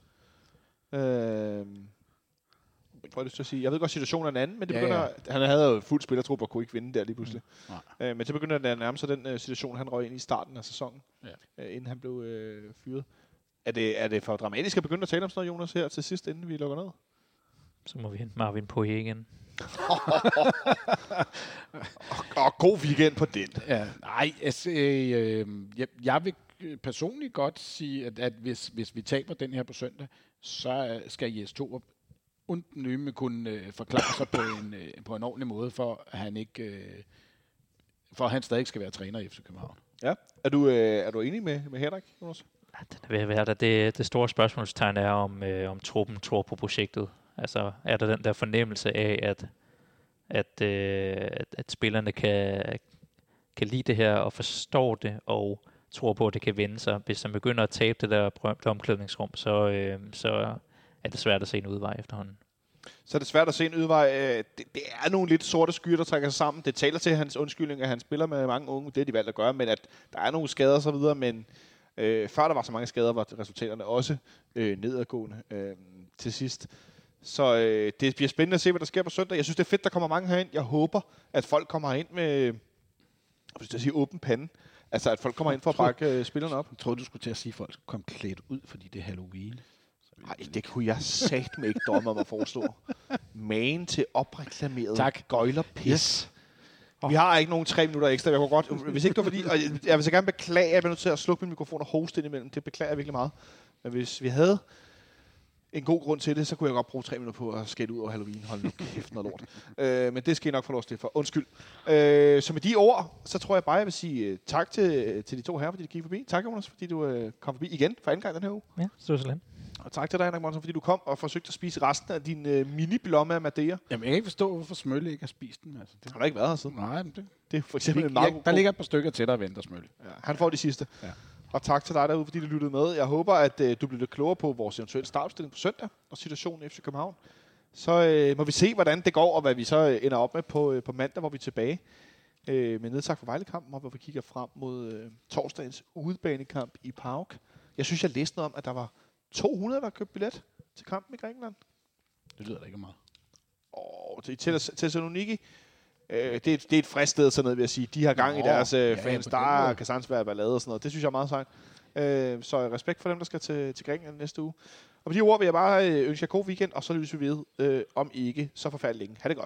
Speaker 2: Jeg ved godt, situationen er en anden, men det begynder, han havde jo fuld spillertrup og kunne ikke vinde der lige pludselig. Men så begynder det at nærme sig den situation, han røg ind i starten af sæsonen, inden han blev fyret. Er det for dramatisk at begynde at tale om sådan noget, Jonas, her til sidst, inden vi lukker ned?
Speaker 4: Så må vi hente Marvin Poirier igen.
Speaker 2: Og god weekend på den.
Speaker 3: Ja, nej, altså, jeg vil personligt godt sige, at hvis vi taber den her på søndag, så skal Jes Torup uden nyme kunne forklare sig på en ordentlig måde, for at han ikke, for at han stadig skal være træner i FC København.
Speaker 2: Ja. Er du enig med Henrik, Jonas?
Speaker 4: Ja, den er ved at være der. Det store spørgsmålstegn er, om truppen tror på projektet. Altså, er der den der fornemmelse af, at spillerne kan lide det her og forstår det og tror på, at det kan vende sig. Hvis man begynder at tabe det der berømte omklædningsrum, så er det svært at se en udvej efterhånden.
Speaker 2: Så er det svært at se en udvej. Det er nogle lidt sorte skyer, der trækker sig sammen. Det taler til hans undskyldning, at han spiller med mange unge. Det er de valgt at gøre, men at der er nogle skader og så videre. Men før der var så mange skader, var resultaterne også nedadgående til sidst. Så det bliver spændende at se, hvad der sker på søndag. Jeg synes, det er fedt, der kommer mange herind. Jeg håber, at folk kommer herind med åben pande. Altså, at folk kommer ind for at bakke spillerne op.
Speaker 3: Jeg troede, du skulle til at sige, at folk skulle komme klædt ud, fordi det er Halloween.
Speaker 2: Nej, det kunne jeg satme ikke drømme om at foreslå. Magen til opreklameret gøjlerpis. Yes. Vi har ikke nogen 3 minutter ekstra. Jeg kunne godt, hvis ikke det var fordi, og jeg vil så gerne beklage, at jeg bliver nødt til at slukke min mikrofon og hoste ind imellem. Det beklager jeg virkelig meget. Men hvis vi havde en god grund til det, så kunne jeg godt bruge 3 minutter på at skætte ud over Halloween. Hold nu kæft, noget lort. Men det skal I nok få lov til for. Undskyld. Så med de ord, så tror jeg bare, jeg vil sige tak til de to herrer, fordi de gik forbi. Tak, Jonas, fordi du kom forbi igen for anden gang den her uge.
Speaker 4: Ja, så lidt.
Speaker 2: Og tak til dig, Henrik Monsen, fordi du kom og forsøgte at spise resten af din mini-blomme af Madeira.
Speaker 3: Jamen, jeg kan ikke forstå, hvorfor Smølle ikke har spist den. Altså, det
Speaker 2: Han har ikke været her siden.
Speaker 3: Nej, men
Speaker 2: Det er for eksempel en meget god.
Speaker 3: der ligger et par stykker til dig og venter, Smølle.
Speaker 2: Ja, han får de sidste.
Speaker 3: Ja.
Speaker 2: Og tak til dig derude, fordi du lyttede med. Jeg håber, at du bliver lidt klogere på vores eventuelle startopstilling på søndag og situationen i FC København. Så må vi se, hvordan det går, og hvad vi så ender op med på mandag, hvor vi er tilbage med nedtak for Vejle-kampen, og hvor vi kigger frem mod torsdagens udebanekamp i PAOK. Jeg synes, jeg læste noget om, at der var 200, der købte billet til kampen i Grækenland.
Speaker 3: Det lyder da ikke meget.
Speaker 2: Til Thessaloniki. Det er et frisk sted, sådan noget, vil jeg sige. De har gang i deres fans. Der kan sagtens være ballade og sådan noget. Det synes jeg er meget sejt. Så respekt for dem, der skal til Grækenland næste uge. Og på de ord vil jeg bare ønske jer god weekend, og så lyttes vi ved om ikke så forfærdeligt længe. Ha' det godt.